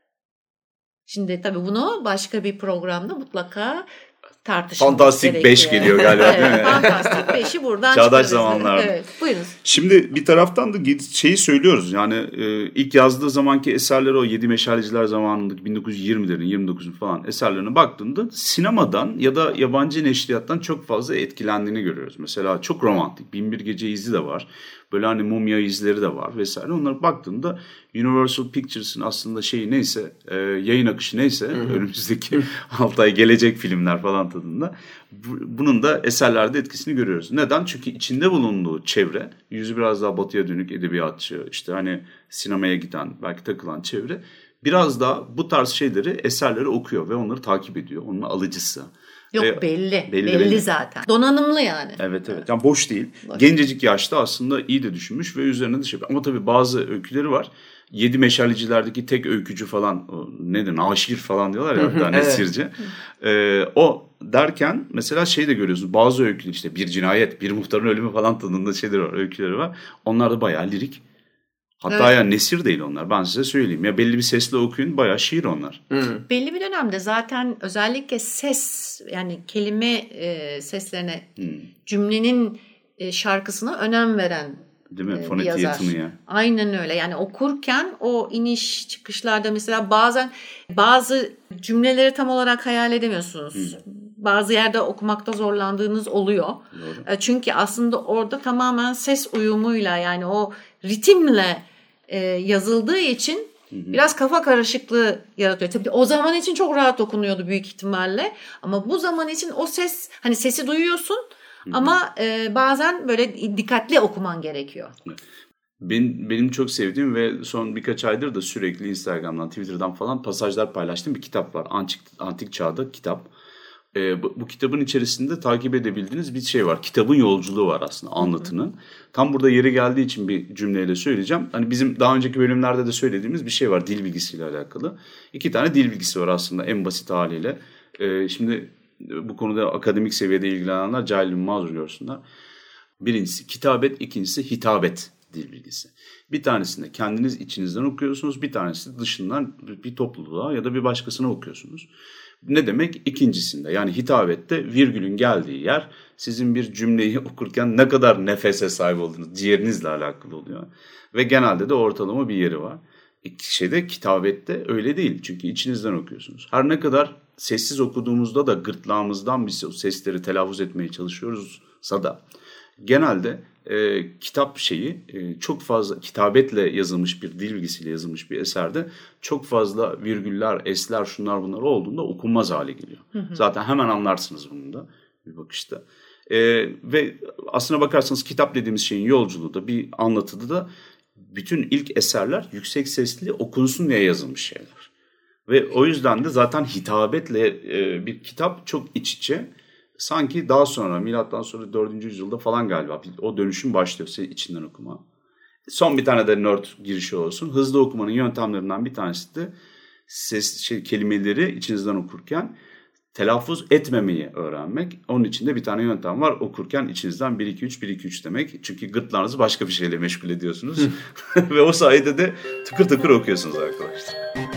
Şimdi tabii bunu başka bir programda mutlaka tartışmamız Fantastik gerekiyor. 5 geliyor galiba, değil mi? Fantastik 5'i buradan Çağdaş çıkarız. zamanlarda. Evet, buyurunuz. Şimdi bir taraftan da şeyi söylüyoruz. Yani ilk yazdığı zamanki eserleri, o 7 Meşaleciler zamanındaki 1920'lerin 29'un falan eserlerine baktığında sinemadan ya da yabancı neşriyattan çok fazla etkilendiğini görüyoruz. Mesela çok romantik. Binbir Gece izi de var. Böyle hani mumya izleri de var vesaire. Onlara baktığında Universal Pictures'ın aslında şeyi neyse, yayın akışı neyse önümüzdeki 6 ay gelecek filmler falan tadında bunun da eserlerde etkisini görüyoruz. Neden? Çünkü içinde bulunduğu çevre, yüzü biraz daha batıya dönük edebiyatçı, işte hani sinemaya giden, belki takılan çevre biraz daha bu tarz şeyleri, eserleri okuyor ve onları takip ediyor. Onun alıcısı. Yok belli zaten. Donanımlı yani. Evet. Yani boş değil. Gencecik yaşta aslında iyi de düşünmüş ve üzerine de şey. Ama tabii bazı öyküleri var. 7 Meşalecilerdeki tek öykücü falan, nedir? Naşir falan diyorlar ya, hatta Nesirci. O derken mesela şey de görüyorsunuz. Bazı öyküler, işte Bir Cinayet, Bir Muhtarın Ölümü falan tadında şeyleri var, öyküleri var. Onlar da bayağı lirik. Hatta yani nesir değil onlar, ben size söyleyeyim. Ya belli bir sesle okuyun, bayağı şiir onlar. Belli bir dönemde zaten özellikle ses, yani kelime seslerine, cümlenin şarkısına önem veren değil mi? bir Fonetiyatını ya. Aynen öyle. Yani okurken o iniş çıkışlarda mesela bazen bazı cümleleri tam olarak hayal edemiyorsunuz. Bazı yerde okumakta zorlandığınız oluyor. Doğru. Çünkü aslında orada tamamen ses uyumuyla, yani o ritimle yazıldığı için biraz kafa karışıklığı yaratıyor. Tabii o zaman için çok rahat okunuyordu büyük ihtimalle. Ama bu zaman için o ses, hani sesi duyuyorsun ama bazen böyle dikkatli okuman gerekiyor. Benim çok sevdiğim ve son birkaç aydır da sürekli Instagram'dan, Twitter'dan falan pasajlar paylaştığım bir kitap var. Antik Çağ'da kitap. Bu kitabın içerisinde takip edebildiğiniz bir şey var. Kitabın yolculuğu var aslında, anlatının. Tam burada yeri geldiği için bir cümleyle söyleyeceğim. Hani bizim daha önceki bölümlerde de söylediğimiz bir şey var dil bilgisiyle alakalı. 2 tane dil bilgisi var aslında en basit haliyle. Şimdi bu konuda akademik seviyede ilgilenenler cahilliğimi mazur görsünler. Birincisi kitabet, ikincisi hitabet dil bilgisi. Bir tanesinde kendiniz içinizden okuyorsunuz, bir tanesi dışından bir topluluğa ya da bir başkasına okuyorsunuz. Ne demek? İkincisinde, yani hitabette virgülün geldiği yer sizin bir cümleyi okurken ne kadar nefese sahip olduğunuz, ciğerinizle alakalı oluyor. Ve genelde de ortalama bir yeri var. Kitabette öyle değil, çünkü içinizden okuyorsunuz. Her ne kadar sessiz okuduğumuzda da gırtlağımızdan biz o sesleri telaffuz etmeye çalışıyoruzsa da genelde kitap çok fazla kitabetle yazılmış bir dil bilgisiyle yazılmış bir eserde çok fazla virgüller, esler, şunlar bunlar olduğunda okunmaz hale geliyor. Zaten hemen anlarsınız bunu da bir bakışta. Ve aslına bakarsanız kitap dediğimiz şeyin yolculuğu da, bir anlatıda da bütün ilk eserler yüksek sesli okunsun diye yazılmış şeyler. Ve o yüzden de zaten hitabetle bir kitap çok iç içe. Sanki daha sonra, milattan sonra 4. yüzyılda falan galiba o dönüşüm başlıyor, içinden okuma. Son bir tane de nerd girişi olsun. Hızlı okumanın yöntemlerinden bir tanesi de kelimeleri içinizden okurken telaffuz etmemeyi öğrenmek. Onun için de bir tane yöntem var. Okurken içinizden 1-2-3, 1-2-3 demek. Çünkü gırtlağınızı başka bir şeyle meşgul ediyorsunuz. Ve o sayede de tıkır tıkır okuyorsunuz arkadaşlar.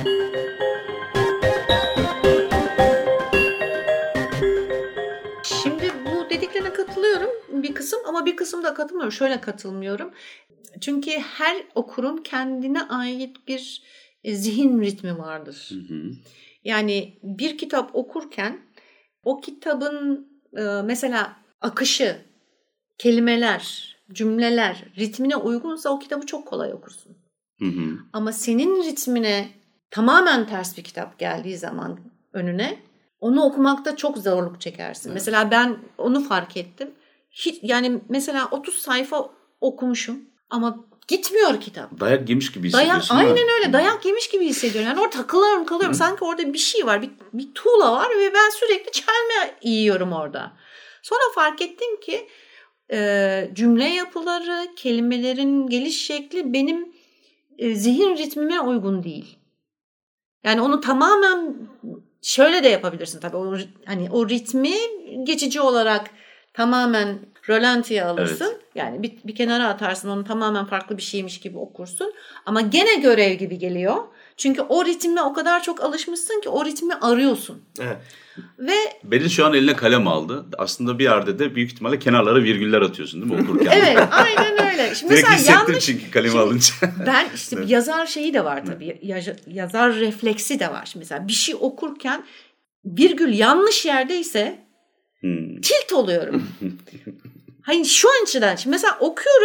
Bir kısım, ama bir kısım da katılmıyorum. Şöyle katılmıyorum. Çünkü her okurun kendine ait bir zihin ritmi vardır. Yani bir kitap okurken o kitabın mesela akışı, kelimeler, cümleler ritmine uygunsa o kitabı çok kolay okursun. Ama senin ritmine tamamen ters bir kitap geldiği zaman önüne, onu okumakta çok zorluk çekersin. Evet. Mesela ben onu fark ettim. Yani mesela 30 sayfa okumuşum ama gitmiyor kitap. Dayak yemiş gibi hissediyorsun. Aynen öyle, dayak yemiş gibi hissediyorum. Yani orada kalıyorum. Sanki orada bir şey var, bir tuğla var ve ben sürekli çelme yiyorum orada. Sonra fark ettim ki cümle yapıları, kelimelerin geliş şekli benim zihin ritmime uygun değil. Yani onu tamamen şöyle de yapabilirsin tabii. O ritmi geçici olarak tamamen rölantiye alırsın. Evet. Yani bir kenara atarsın, onu tamamen farklı bir şeymiş gibi okursun. Ama gene görev gibi geliyor. Çünkü o ritme o kadar çok alışmışsın ki o ritmi arıyorsun. Evet. Ve Beril şu an eline kalem aldı. Aslında bir yerde de büyük ihtimalle kenarlara virgüller atıyorsun değil mi okurken? Evet, aynen öyle. Şimdi direkt hissettim çünkü kalemi alınca. Ben işte evet. Yazar şeyi de var tabii. Yazar refleksi de var. Şimdi mesela bir şey okurken virgül yanlış yerdeyse tilt oluyorum. Hani şu açıdan. Şimdi mesela okuyorum.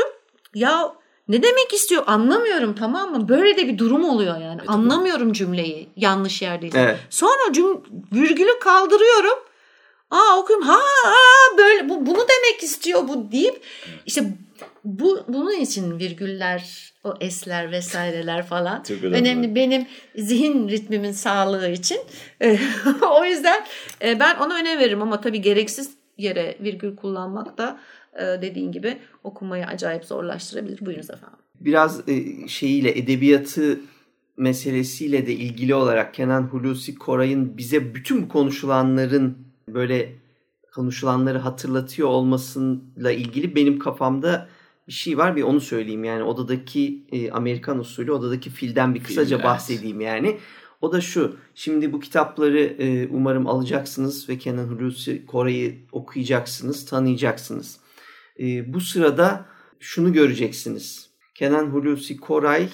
Ya ne demek istiyor anlamıyorum, tamam mı? Böyle de bir durum oluyor yani. Anlamıyorum cümleyi yanlış yerdeyse. Evet. Sonra virgülü kaldırıyorum. Okuyorum. Böyle bunu demek istiyor bu deyip işte bunun için virgüller, o esler vesaireler falan önemli benim zihin ritmimin sağlığı için. O yüzden ben ona önem veririm ama tabii gereksiz yere virgül kullanmak da dediğin gibi okumayı acayip zorlaştırabilir. Buyurunuz efendim. Biraz edebiyatı meselesiyle de ilgili olarak Kenan Hulusi Koray'ın bize bütün bu konuşulanları hatırlatıyor olmasıyla ilgili benim kafamda bir şey var. Bir onu söyleyeyim yani odadaki Amerikan usulü odadaki filden bir kısaca bahsedeyim yani. O da şu: şimdi bu kitapları umarım alacaksınız ve Kenan Hulusi Koray'ı okuyacaksınız, tanıyacaksınız. Bu sırada şunu göreceksiniz: Kenan Hulusi Koray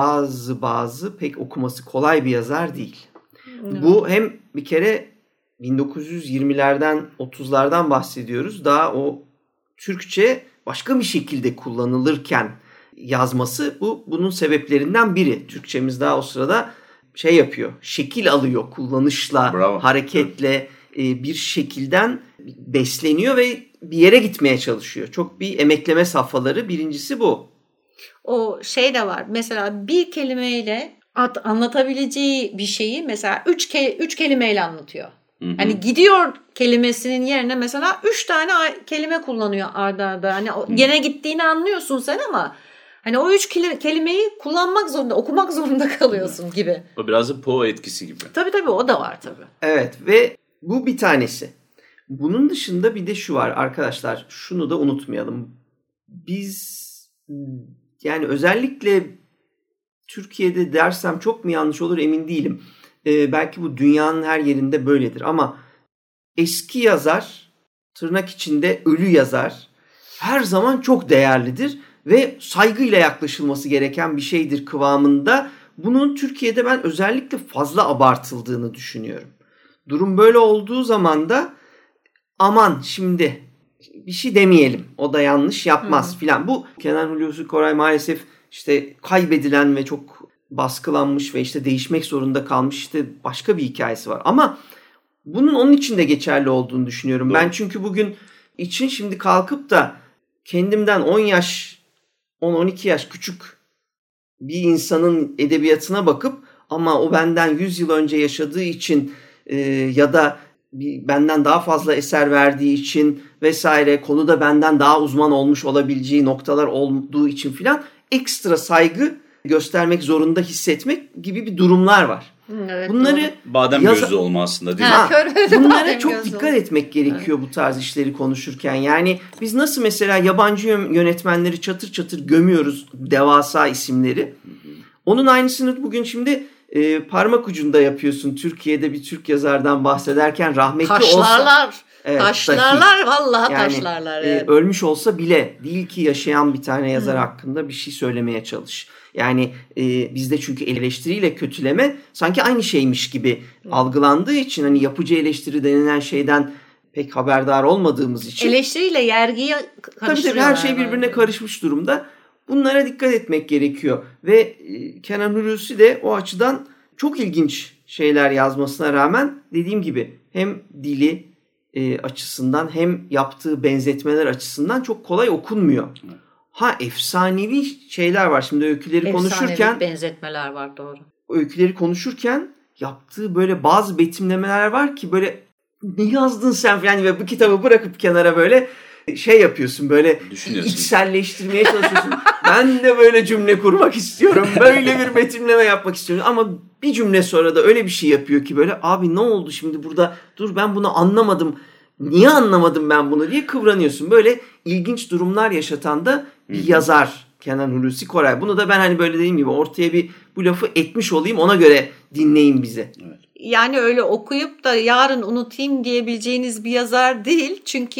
bazı pek okuması kolay bir yazar değil. Bu hem bir kere 1920'lerden 30'lardan bahsediyoruz. Daha o Türkçe başka bir şekilde kullanılırken yazması bunun sebeplerinden biri. Türkçemiz daha o sırada yapıyor, şekil alıyor kullanışla, hareketle bir şekilden besleniyor ve bir yere gitmeye çalışıyor. Çok bir emekleme safhaları, birincisi bu. O de var. Mesela bir kelimeyle anlatabileceği bir şeyi mesela üç kelimeyle anlatıyor. Hı-hı. Hani gidiyor kelimesinin yerine mesela 3 tane kelime kullanıyor arda arda. Hani gene gittiğini anlıyorsun sen ama hani o 3 kelimeyi kullanmak zorunda, okumak zorunda kalıyorsun gibi. O biraz da Poe etkisi gibi. Tabii o da var tabii. Evet ve bu bir tanesi. Bunun dışında bir de şu var arkadaşlar, şunu da unutmayalım. Biz yani özellikle Türkiye'de dersem çok mu yanlış olur emin değilim. Belki bu dünyanın her yerinde böyledir ama eski yazar, tırnak içinde ölü yazar, her zaman çok değerlidir ve saygıyla yaklaşılması gereken bir şeydir kıvamında. Bunun Türkiye'de ben özellikle fazla abartıldığını düşünüyorum. Durum böyle olduğu zaman da aman şimdi bir şey demeyelim, o da yanlış yapmaz filan. Bu Kenan Hulusi Koray maalesef kaybedilen ve çok baskılanmış ve değişmek zorunda kalmış başka bir hikayesi var. Ama bunun onun için de geçerli olduğunu düşünüyorum. Doğru. Ben çünkü bugün için şimdi kalkıp da kendimden 10-12 yaş küçük bir insanın edebiyatına bakıp ama o benden 100 yıl önce yaşadığı için ya da benden daha fazla eser verdiği için vesaire konuda benden daha uzman olmuş olabileceği noktalar olduğu için filan ekstra saygı göstermek zorunda hissetmek gibi bir durumlar var. Evet, bunları badem gözlü olma aslında değil mi? Bunlara çok dikkat etmek gerekiyor bu tarz işleri konuşurken. Yani biz nasıl mesela yabancı yönetmenleri çatır çatır gömüyoruz, devasa isimleri. Onun aynısını bugün şimdi parmak ucunda yapıyorsun. Türkiye'de bir Türk yazardan bahsederken rahmetli taşlarlar. olsa. Evet, taşlarlar vallahi yani, taşlarlar. Evet. Ölmüş olsa bile değil ki yaşayan bir tane yazar hakkında bir şey söylemeye çalış. Yani bizde çünkü eleştiriyle kötüleme sanki aynı şeymiş gibi algılandığı için hani yapıcı eleştiri denilen şeyden pek haberdar olmadığımız için. Eleştiriyle yergiyi karıştırıyorlar. Tabii her şey birbirine karışmış durumda. Bunlara dikkat etmek gerekiyor. Ve Kenan Hulusi de o açıdan çok ilginç şeyler yazmasına rağmen dediğim gibi hem dili açısından hem yaptığı benzetmeler açısından çok kolay okunmuyor. Efsanevi şeyler var. Şimdi öyküleri konuşurken. Efsanevi benzetmeler var, doğru. Öyküleri konuşurken yaptığı böyle bazı betimlemeler var ki böyle ne yazdın sen falan ve bu kitabı bırakıp kenara böyle yapıyorsun, böyle içselleştirmeye çalışıyorsun. Ben de böyle cümle kurmak istiyorum. Böyle bir betimleme yapmak istiyorum. Ama bir cümle sonra da öyle bir şey yapıyor ki böyle abi ne oldu şimdi burada? Dur ben bunu anlamadım. Niye anlamadım ben bunu diye kıvranıyorsun. Böyle ilginç durumlar yaşatan da bir yazar Kenan Hulusi Koray. Bunu da ben hani böyle dediğim gibi ortaya bu lafı etmiş olayım, ona göre dinleyin bizi. Evet. Yani öyle okuyup da yarın unutayım diyebileceğiniz bir yazar değil. Çünkü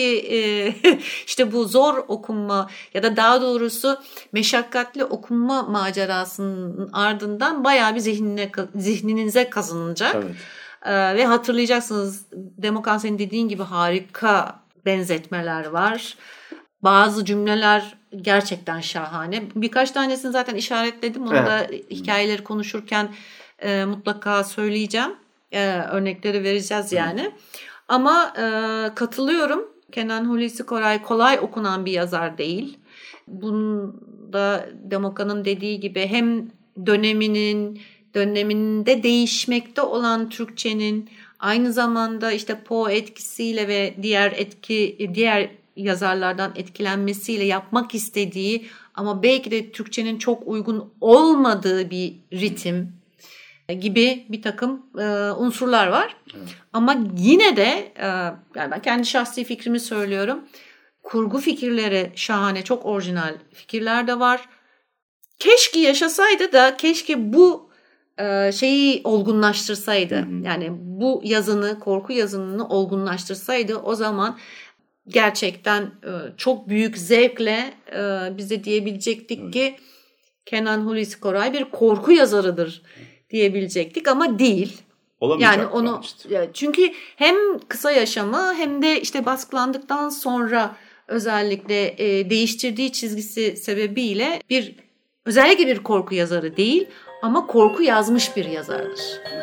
işte bu zor okunma ya da daha doğrusu meşakkatli okunma macerasının ardından bayağı bir zihninize kazınacak. Evet. Ve hatırlayacaksınız, Demokan senin dediğin gibi harika benzetmeler var. Bazı cümleler gerçekten şahane. Birkaç tanesini zaten işaretledim. Onu da hikayeleri konuşurken mutlaka söyleyeceğim. Örnekleri vereceğiz yani. Ama katılıyorum. Kenan Hulusi Koray kolay okunan bir yazar değil. Bunda Demoka'nın dediği gibi hem döneminde değişmekte olan Türkçenin aynı zamanda işte Poe etkisiyle ve diğer yazarlardan etkilenmesiyle yapmak istediği ama belki de Türkçenin çok uygun olmadığı bir ritim gibi bir takım unsurlar var. Evet. Ama yine de yani ben kendi şahsi fikrimi söylüyorum. Kurgu fikirleri şahane, çok orijinal fikirler de var. Keşke yaşasaydı da keşke bu şeyi olgunlaştırsaydı. Yani bu korku yazınını olgunlaştırsaydı, o zaman gerçekten çok büyük zevkle bize diyebilecektik ki Kenan Hulusi Koray bir korku yazarıdır diyebilecektik ama değil. Olamayacak yani onu işte. Çünkü hem kısa yaşamı hem de işte baskılandıktan sonra özellikle değiştirdiği çizgisi sebebiyle özellikle bir korku yazarı değil ama korku yazmış bir yazardır.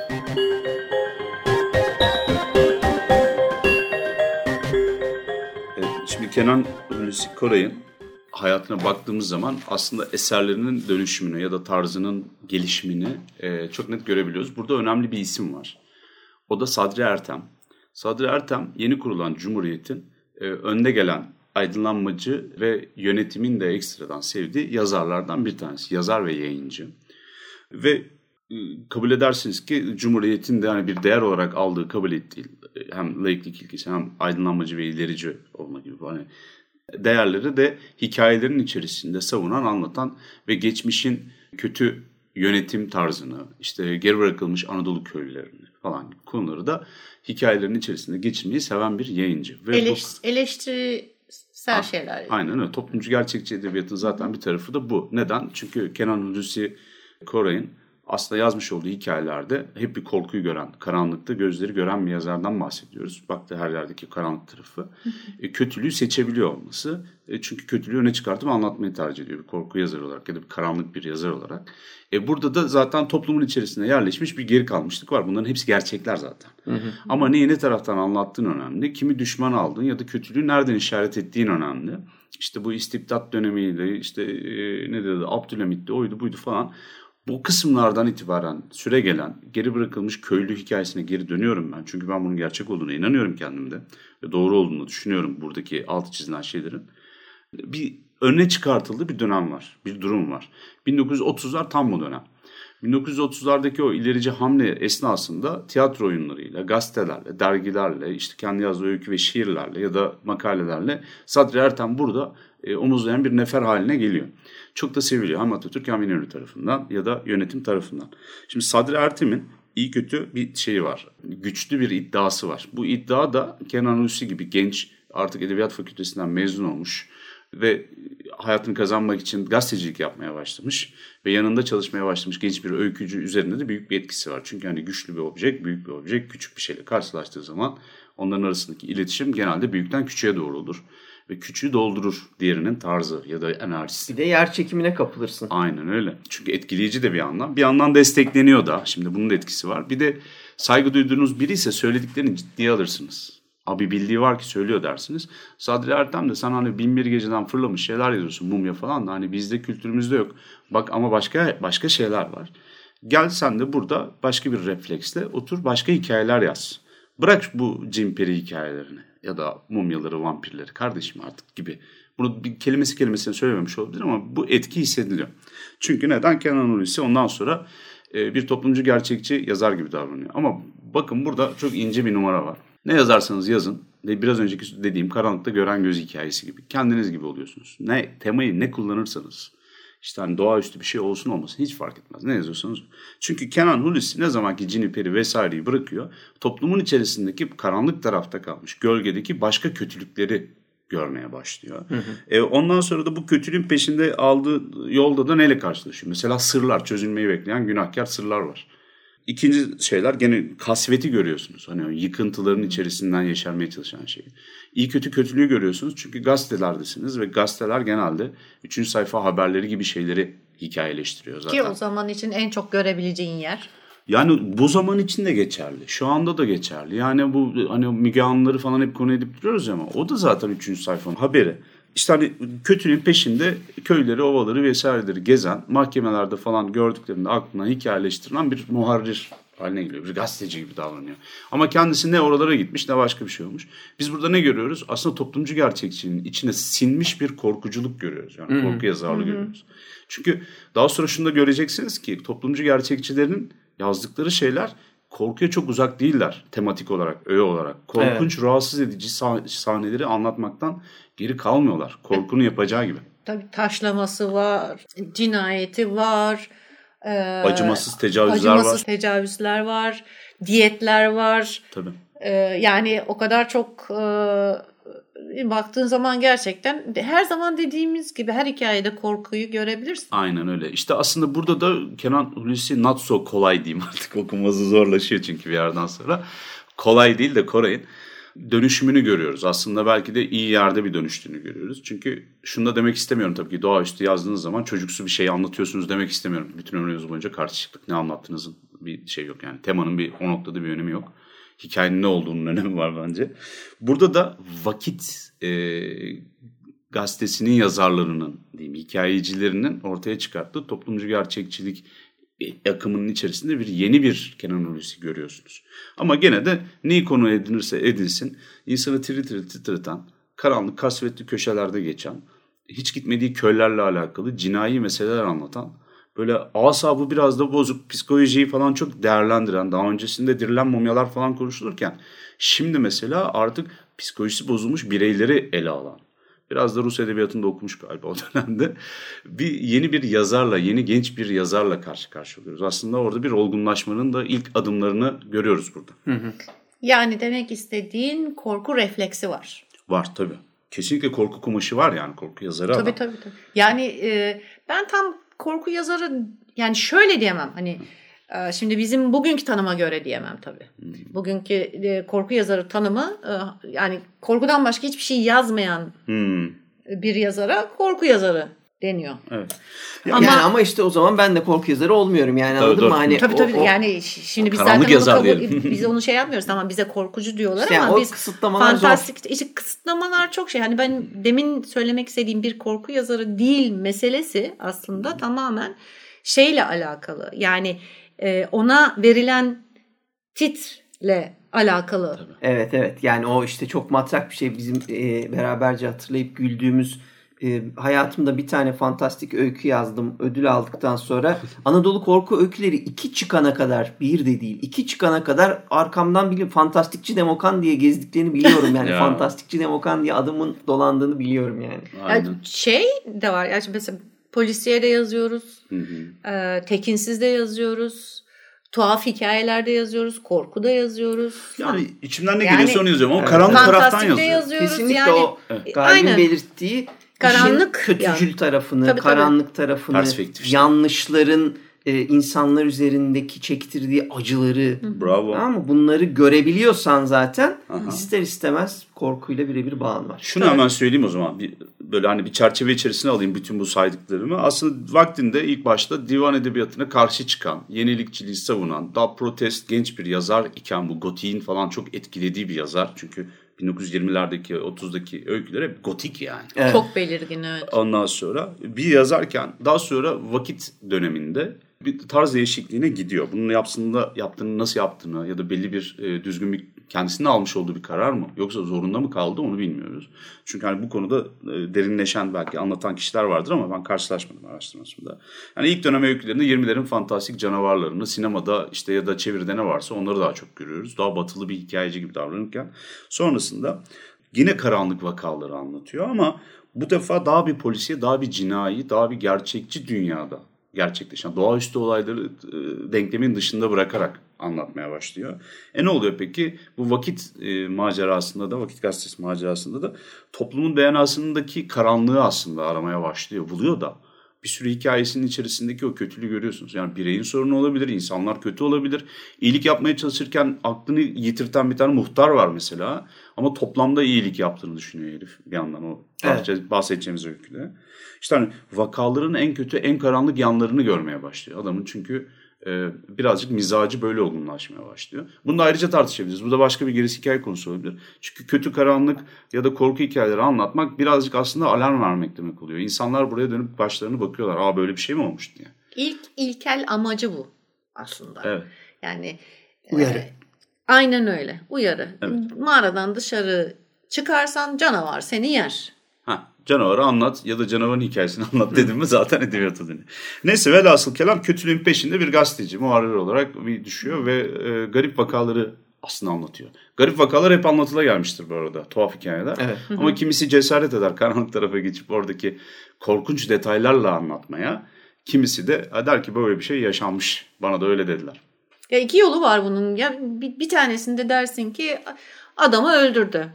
Şimdi Kenan Hulusi Koray'ın hayatına baktığımız zaman aslında eserlerinin dönüşümünü ya da tarzının gelişimini çok net görebiliyoruz. Burada önemli bir isim var. O da Sadri Ertem. Sadri Ertem yeni kurulan Cumhuriyet'in önde gelen aydınlanmacı ve yönetimin de ekstradan sevdiği yazarlardan bir tanesi. Yazar ve yayıncı. Ve kabul edersiniz ki Cumhuriyet'in de hani bir değer olarak aldığı, kabul ettiği hem laiklik ilkesi hem aydınlanmacı ve ilerici olma gibi hani değerleri de hikayelerin içerisinde savunan, anlatan ve geçmişin kötü yönetim tarzını, işte geri bırakılmış Anadolu köylülerini falan gibi konuları da hikayelerin içerisinde geçirmeyi seven bir yayıncı. Ve eleştirisel şeyler. Aynen öyle. Toplumcu gerçekçi edebiyatın zaten bir tarafı da bu. Neden? Çünkü Kenan Hulusi Koray'ın aslında yazmış olduğu hikayelerde hep bir korkuyu gören, karanlıkta gözleri gören bir yazardan bahsediyoruz. Baktı her yerdeki karanlık tarafı. Kötülüğü seçebiliyor olması. Çünkü kötülüğü öne çıkartıp anlatmayı tercih ediyor bir korku yazarı olarak ya da bir karanlık bir yazar olarak. Burada da zaten toplumun içerisinde yerleşmiş bir geri kalmışlık var. Bunların hepsi gerçekler zaten. Ama neyi ne taraftan anlattığın önemli. Kimi düşman aldığın ya da kötülüğü nereden işaret ettiğin önemli. İşte bu istibdat dönemiyle, işte ne dedi, Abdülhamit'ti, oydu buydu falan. Bu kısımlardan itibaren süre gelen geri bırakılmış köylü hikayesine geri dönüyorum ben. Çünkü ben bunun gerçek olduğuna inanıyorum kendimde. Ve doğru olduğunu düşünüyorum buradaki altı çizilen şeylerin. Bir öne çıkartıldığı bir dönem var. Bir durum var. 1930'lar tam bu dönem. 1930'lardaki o ilerici hamle esnasında tiyatro oyunlarıyla, gazetelerle, dergilerle, işte kendi yazdığı öykü ve şiirlerle ya da makalelerle Sadri Ertem burada omuzlayan bir nefer haline geliyor. Çok da seviliyor hem Atatürk hem İnönü tarafından ya da yönetim tarafından. Şimdi Sadri Ertem'in iyi kötü bir şeyi var. Güçlü bir iddiası var. Bu iddia da Kenan Hulusi gibi genç, artık Edebiyat Fakültesinden mezun olmuş ve hayatını kazanmak için gazetecilik yapmaya başlamış ve yanında çalışmaya başlamış genç bir öykücü üzerinde de büyük bir etkisi var. Çünkü hani güçlü bir obje, büyük bir obje küçük bir şeyle karşılaştığı zaman onların arasındaki iletişim genelde büyükten küçüğe doğru olur. Ve küçüğü doldurur diğerinin tarzı ya da enerjisi. Bir de yer çekimine kapılırsın. Aynen öyle. Çünkü etkileyici de bir yandan. Bir yandan destekleniyor da. Şimdi bunun da etkisi var. Bir de saygı duyduğunuz biri ise söylediklerini ciddiye alırsınız. Abi bildiği var ki söylüyor dersiniz. Sadri Ertem de sen hani Binbir Gece'den fırlamış şeyler yazıyorsun. Mumya falan da hani bizde kültürümüzde yok. Bak ama başka şeyler var. Gel sen de burada başka bir refleksle otur başka hikayeler yaz. Bırak bu cimperi hikayelerini ya da mumyaları, vampirleri kardeşim artık gibi. Bunu bir kelimesine söylememiş olabilir ama bu etki hissediliyor. Çünkü neden? Kenan Hulusi ondan sonra bir toplumcu gerçekçi yazar gibi davranıyor. Ama bakın burada çok ince bir numara var. Ne yazarsanız yazın, biraz önceki dediğim karanlıkta gören göz hikayesi gibi. Kendiniz gibi oluyorsunuz. Temayı ne kullanırsanız, işte hani doğaüstü bir şey olsun olmasın hiç fark etmez. Ne yazıyorsanız. Çünkü Kenan Hulusi ne zamanki ciniperi vesaireyi bırakıyor, toplumun içerisindeki karanlık tarafta kalmış, gölgedeki başka kötülükleri görmeye başlıyor. Ondan sonra da bu kötülüğün peşinde aldığı yolda da neyle karşılaşıyor? Mesela sırlar, çözülmeyi bekleyen günahkar sırlar var. İkinci şeyler gene kasveti görüyorsunuz. Hani yıkıntıların içerisinden yeşermeye çalışan şeyi. İyi kötü kötülüğü görüyorsunuz. Çünkü gazetelerdesiniz ve gazeteler genelde 3. sayfa haberleri gibi şeyleri hikayeleştiriyor zaten. Ki o zaman için en çok görebileceğin yer. Yani bu zaman için de geçerli. Şu anda da geçerli. Yani bu hani Müge Anlıları falan hep konu edip duruyoruz ama o da zaten 3. sayfanın haberi. İşte hani kötülüğün peşinde köyleri, ovaları vesaireleri gezen, mahkemelerde falan gördüklerinde aklına hikayeleştirilen bir muharrir haline geliyor. Bir gazeteci gibi davranıyor. Ama kendisi ne oralara gitmiş ne başka bir şey olmuş. Biz burada ne görüyoruz? Aslında toplumcu gerçekçiliğin içine sinmiş bir korkuculuk görüyoruz. Yani korku yazarlığı görüyoruz. Çünkü daha sonra şunu da göreceksiniz ki toplumcu gerçekçilerin yazdıkları şeyler korkuya çok uzak değiller tematik olarak, öğe olarak. Korkunç, rahatsız edici sahneleri anlatmaktan geri kalmıyorlar. Korkunun yapacağı gibi. Tabii taşlaması var, cinayeti var. Acımasız tecavüzler var, diyetler var. Tabii. Yani o kadar çok baktığın zaman gerçekten her zaman dediğimiz gibi her hikayede korkuyu görebilirsin. Aynen öyle. İşte aslında burada da Kenan Hulusi not so kolay diyeyim artık, okuması zorlaşıyor çünkü bir yerden sonra. Kolay değil de Koray'ın dönüşümünü görüyoruz. Aslında belki de iyi yerde bir dönüştüğünü görüyoruz. Çünkü şunu da demek istemiyorum tabii ki, doğaüstü yazdığınız zaman çocuksu bir şey anlatıyorsunuz demek istemiyorum. Bütün ömrünüz boyunca karşı çıktık. Ne anlattığınızın bir şey yok yani. Temanın o noktada bir önemi yok. Hikayenin ne olduğunun önemi var bence. Burada da Vakit gazetesinin yazarlarının, diyeyim, hikayecilerinin ortaya çıkarttığı toplumcu gerçekçilik akımının içerisinde yeni bir Kenan Hulusi görüyorsunuz. Ama gene de neyi konu edinirse edinsin, insanı titreten, karanlık, kasvetli köşelerde geçen, hiç gitmediği köylerle alakalı cinayi meseleler anlatan, böyle asabı biraz da bozuk, psikolojiyi falan çok değerlendiren, daha öncesinde dirilen mumyalar falan konuşulurken, şimdi mesela artık psikolojisi bozulmuş bireyleri ele alan, biraz da Rus edebiyatında okumuş galiba o dönemde, yeni bir yazarla, yeni genç bir yazarla karşı karşıya oluyoruz. Aslında orada bir olgunlaşmanın da ilk adımlarını görüyoruz burada. Yani demek istediğin korku refleksi var. Var tabii. Kesinlikle korku kumaşı var yani, korku yazarı tabii, adam. Tabii. Yani ben tam korku yazarı yani şöyle diyemem. Hani şimdi bizim bugünkü tanıma göre diyemem tabii. Bugünkü korku yazarı tanımı yani korkudan başka hiçbir şey yazmayan bir yazara korku yazarı deniyor. Evet. Ama işte o zaman ben de korku yazarı olmuyorum yani, anladın mı? Hani tabii. Yani şimdi biz karanlık zaten biz onu şey yapmıyoruz. Tamam, bize korkucu diyorlar işte ama yani biz kısıtlamalar fantastik zor. işte kısıtlamalar çok şey. Hani ben demin söylemek istediğim bir korku yazarı değil meselesi aslında tamamen şeyle alakalı. Yani ona verilen titre alakalı. Tabii. Evet. Yani o işte çok matrak bir şey. Bizim beraberce hatırlayıp güldüğümüz, hayatımda bir tane fantastik öykü yazdım. Ödül aldıktan sonra Anadolu Korku Öyküleri 2 çıkana kadar, 1 de değil 2 çıkana kadar arkamdan biliyorum. Fantastikçi Demokan diye gezdiklerini biliyorum yani. Fantastikçi Demokan diye adımın dolandığını biliyorum yani. Yani şey de var. Yani mesela polisiye de yazıyoruz. Tekinsiz de yazıyoruz. Tuhaf hikayelerde yazıyoruz. Korkuda yazıyoruz. Yani içimden ne geliyorsa onu yazıyorum. Ama karanlık fantastikte taraftan yazıyorum. Kesinlikle yani, o Galip'in belirttiği karanlık işin kötücül tarafını, tabii. karanlık tarafını, perspektif işte. yanlışların insanlar üzerindeki çektirdiği acıları, bravo. Ama bunları görebiliyorsan zaten ister istemez korkuyla birebir bağın var. Şunu hemen söyleyeyim o zaman. Böyle hani bir çerçeve içerisine alayım bütün bu saydıklarımı. Aslında vaktinde ilk başta divan edebiyatına karşı çıkan, yenilikçiliği savunan, daha protest genç bir yazar iken, bu gotiğin falan çok etkilediği bir yazar. Çünkü 1920'lerdeki 30'daki öyküler hep gotik yani. Evet. Çok belirgin, evet. Ondan sonra bir yazarken daha sonra Vakit döneminde bir tarz değişikliğine gidiyor. Bunun yaptığını nasıl yaptığını ya da belli bir düzgün bir kendisinin almış olduğu bir karar mı yoksa zorunda mı kaldı onu bilmiyoruz. Çünkü hani bu konuda derinleşen belki anlatan kişiler vardır ama ben karşılaşmadım araştırmasında. Yani ilk dönem öykülerinde 20'lerin fantastik canavarlarını sinemada işte ya da çeviride ne varsa onları daha çok görüyoruz. Daha batılı bir hikayeci gibi davranırken sonrasında yine karanlık vakaları anlatıyor ama bu defa daha bir polisiye, daha bir cinayi, daha bir gerçekçi dünyada gerçekleşen doğaüstü olayları denklemin dışında bırakarak anlatmaya başlıyor. Ne oluyor peki? Bu Vakit macerasında da, Vakit Gazetesi macerasında da toplumun DNA'sındaki karanlığı aslında aramaya başlıyor, buluyor da bir sürü hikayesinin içerisindeki o kötülüğü görüyorsunuz. Yani bireyin sorunu olabilir, insanlar kötü olabilir. İyilik yapmaya çalışırken aklını yitirten bir tane muhtar var mesela. Ama toplamda iyilik yaptığını düşünüyor herif bir yandan o bahsedeceğimiz öyküde. İşte hani vakaların en kötü, en karanlık yanlarını görmeye başlıyor adamın, çünkü birazcık mizacı böyle olgunlaşmaya başlıyor. Bunu da ayrıca tartışabiliriz. Bu da başka bir gerisi hikaye konusu olabilir. Çünkü kötü, karanlık ya da korku hikayeleri anlatmak birazcık aslında alarm vermek demek oluyor. İnsanlar buraya dönüp başlarını bakıyorlar. Aa, böyle bir şey mi olmuş diye. İlkel amacı bu aslında. Evet. Yani uyarı. Aynen öyle. Uyarı. Evet. Mağaradan dışarı çıkarsan canavar seni yer. Canavarı anlat ya da canavarın hikayesini anlat dedim mi zaten edebiyata dönüyor. Neyse, velhasıl kelam kötülüğün peşinde bir gazeteci, muharrir olarak bir düşüyor ve garip vakaları aslında anlatıyor. Garip vakalar hep anlatıla gelmiştir bu arada, tuhaf hikayeler. Evet. Ama kimisi cesaret eder karanlık tarafa geçip oradaki korkunç detaylarla anlatmaya. Kimisi de der ki böyle bir şey yaşanmış, bana da öyle dediler. Ya iki yolu var bunun. Ya bir tanesinde dersin ki adamı öldürdü.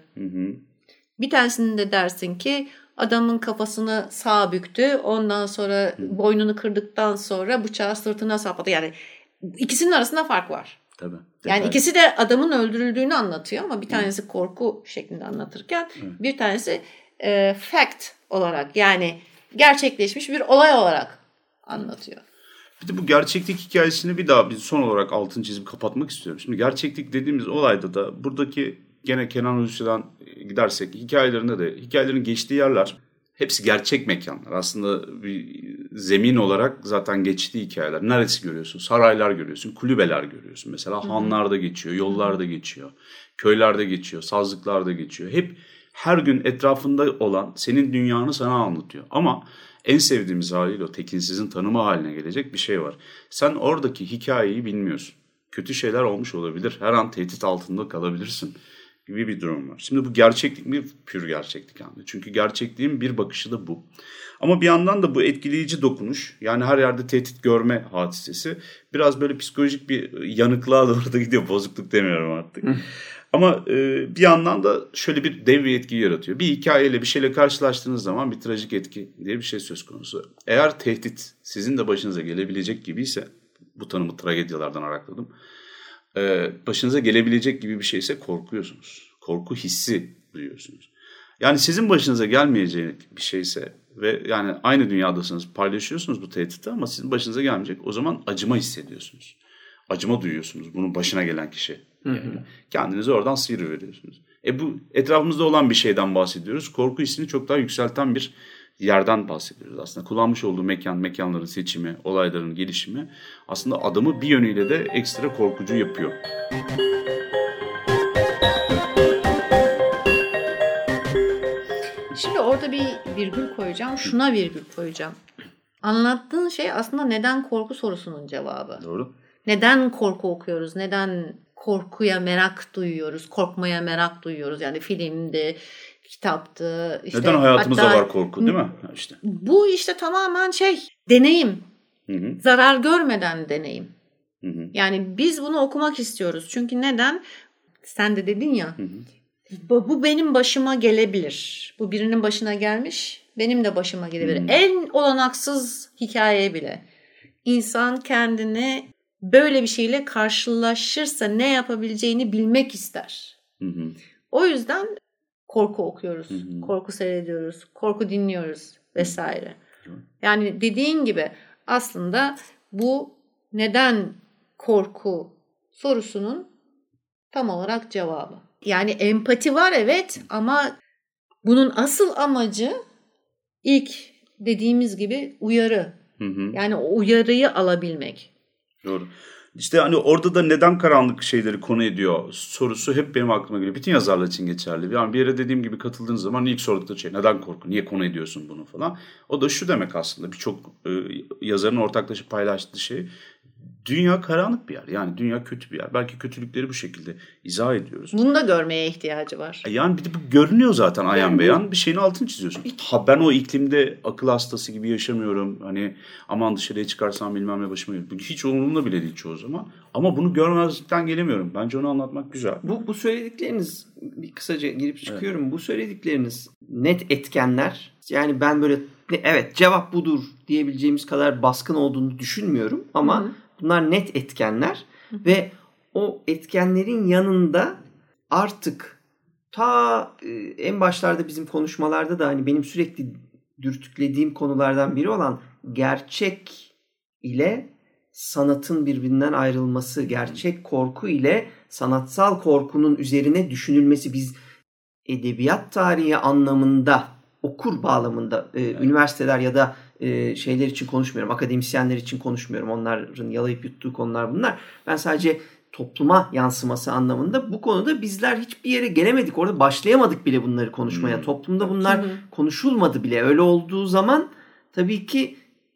Bir tanesinde dersin ki adamın kafasını sağa büktü. Ondan sonra boynunu kırdıktan sonra bıçağı sırtına sapladı. Yani ikisinin arasında fark var. Tabii. Yani ikisi de adamın öldürüldüğünü anlatıyor ama bir tanesi korku şeklinde anlatırken bir tanesi fact olarak, yani gerçekleşmiş bir olay olarak anlatıyor. Bir de bu gerçeklik hikayesini bir son olarak altını çizip kapatmak istiyorum. Şimdi gerçeklik dediğimiz olayda da buradaki, gene Kenan Uzcu'dan gidersek hikayelerinde de, hikayelerin geçtiği yerler hepsi gerçek mekanlar. Aslında bir zemin olarak zaten geçtiği hikayeler. Neresi görüyorsun? Saraylar görüyorsun, kulübeler görüyorsun. Mesela hanlarda geçiyor, yollarda geçiyor, köylerde geçiyor, sazlıklarda geçiyor. Hep her gün etrafında olan senin dünyanı sana anlatıyor. Ama en sevdiğimiz haliyle o tekinsizin tanımı haline gelecek bir şey var. Sen oradaki hikayeyi bilmiyorsun. Kötü şeyler olmuş olabilir. Her an tehdit altında kalabilirsin gibi bir durum var. Şimdi bu gerçeklik mi? Pür gerçeklik yani. Çünkü gerçekliğin bir bakışı da bu. Ama bir yandan da bu etkileyici dokunuş, yani her yerde tehdit görme hadisesi biraz böyle psikolojik bir yanıklığa doğru da gidiyor. Bozukluk demiyorum artık. Ama bir yandan da şöyle bir dev bir etki yaratıyor. Bir hikayeyle, bir şeyle karşılaştığınız zaman bir trajik etki diye bir şey söz konusu. Eğer tehdit sizin de başınıza gelebilecek gibiyse, bu tanımı tragedyalardan arakladım. Başınıza gelebilecek gibi bir şeyse korkuyorsunuz. Korku hissi duyuyorsunuz. Yani sizin başınıza gelmeyecek bir şeyse ve yani aynı dünyadasınız, paylaşıyorsunuz bu tehditi ama sizin başınıza gelmeyecek, o zaman acıma hissediyorsunuz. Acıma duyuyorsunuz bunun başına gelen kişi. Yani kendinizi oradan sıyırıveriyorsunuz. Bu etrafımızda olan bir şeyden bahsediyoruz. Korku hissini çok daha yükselten bir yerden bahsediyoruz aslında. Kullanmış olduğu mekanların seçimi, olayların gelişimi aslında adamı bir yönüyle de ekstra korkucu yapıyor. Şimdi orada bir virgül koyacağım. Şuna virgül koyacağım. Anlattığın şey aslında neden korku sorusunun cevabı. Doğru. Neden korku okuyoruz? Neden korkuya merak duyuyoruz? Korkmaya merak duyuyoruz. Yani filmde, kitaptı. İşte neden hayatımızda var korku, değil mi? İşte. Bu işte tamamen deneyim. Zarar görmeden deneyim. Yani biz bunu okumak istiyoruz. Çünkü neden? Sen de dedin ya. Bu benim başıma gelebilir. Bu birinin başına gelmiş. Benim de başıma gelebilir. En olanaksız hikaye bile. İnsan kendini böyle bir şeyle karşılaşırsa ne yapabileceğini bilmek ister. O yüzden korku okuyoruz. Korku seyrediyoruz. Korku dinliyoruz vesaire. Yani dediğin gibi aslında bu neden korku sorusunun tam olarak cevabı. Yani empati var evet, ama bunun asıl amacı ilk dediğimiz gibi uyarı. Yani o uyarıyı alabilmek. Doğru. İşte hani orada da neden karanlık şeyleri konu ediyor sorusu hep benim aklıma geliyor. Bütün yazarlar için geçerli. Yani bir yere dediğim gibi katıldığınız zaman ilk sordukları şey neden korku, niye konu ediyorsun bunu falan. O da şu demek aslında, birçok yazarın ortaklaşıp paylaştığı şey. Dünya karanlık bir yer. Yani dünya kötü bir yer. Belki kötülükleri bu şekilde izah ediyoruz. Bunu da görmeye ihtiyacı var. Yani bir de bu görünüyor zaten ayan beyan. Bir şeyin altını çiziyorsun. Ben o iklimde akıl hastası gibi yaşamıyorum. Hani aman dışarıya çıkarsam bilmem ne başıma geliyor. Hiç umurumda bile değil çoğu zaman. Ama bunu görmezlikten gelemiyorum. Bence onu anlatmak güzel. Bu söyledikleriniz, bir kısaca girip çıkıyorum. Evet. Bu söyledikleriniz net etkenler. Yani ben böyle evet cevap budur diyebileceğimiz kadar baskın olduğunu düşünmüyorum ama bunlar net etkenler ve o etkenlerin yanında artık ta en başlarda bizim konuşmalarda da hani benim sürekli dürtüklediğim konulardan biri olan gerçek ile sanatın birbirinden ayrılması, gerçek korku ile sanatsal korkunun üzerine düşünülmesi. Biz edebiyat tarihi anlamında, okur bağlamında üniversiteler ya da şeyler için konuşmuyorum, akademisyenler için konuşmuyorum. Onların yalayıp yuttuğu konular bunlar. Ben sadece topluma yansıması anlamında bu konuda bizler hiçbir yere gelemedik. Orada başlayamadık bile bunları konuşmaya. Toplumda bunlar konuşulmadı bile. Öyle olduğu zaman tabii ki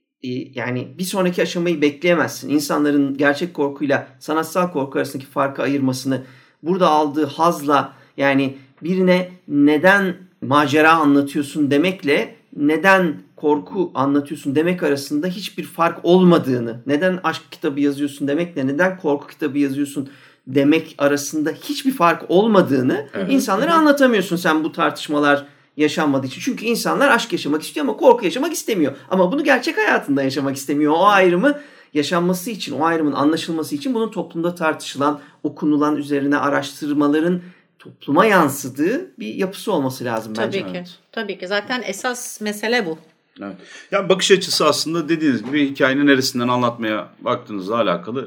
yani bir sonraki aşamayı bekleyemezsin. İnsanların gerçek korkuyla sanatsal korku arasındaki farkı ayırmasını, burada aldığı hazla, yani birine neden macera anlatıyorsun demekle neden korku anlatıyorsun demek arasında hiçbir fark olmadığını, neden aşk kitabı yazıyorsun demekle neden korku kitabı yazıyorsun demek arasında hiçbir fark olmadığını insanlara anlatamıyorsun sen bu tartışmalar yaşanmadığı için. Çünkü insanlar aşk yaşamak istiyor ama korku yaşamak istemiyor. Ama bunu gerçek hayatında yaşamak istemiyor. O ayrımı yaşanması için, o ayrımın anlaşılması için bunun toplumda tartışılan, okunulan, üzerine araştırmaların topluma yansıdığı bir yapısı olması lazım bence. Tabii ki. Tabii ki. Zaten esas mesele bu. Evet. Yani bakış açısı aslında dediğiniz gibi hikayenin neresinden anlatmaya baktığınızla alakalı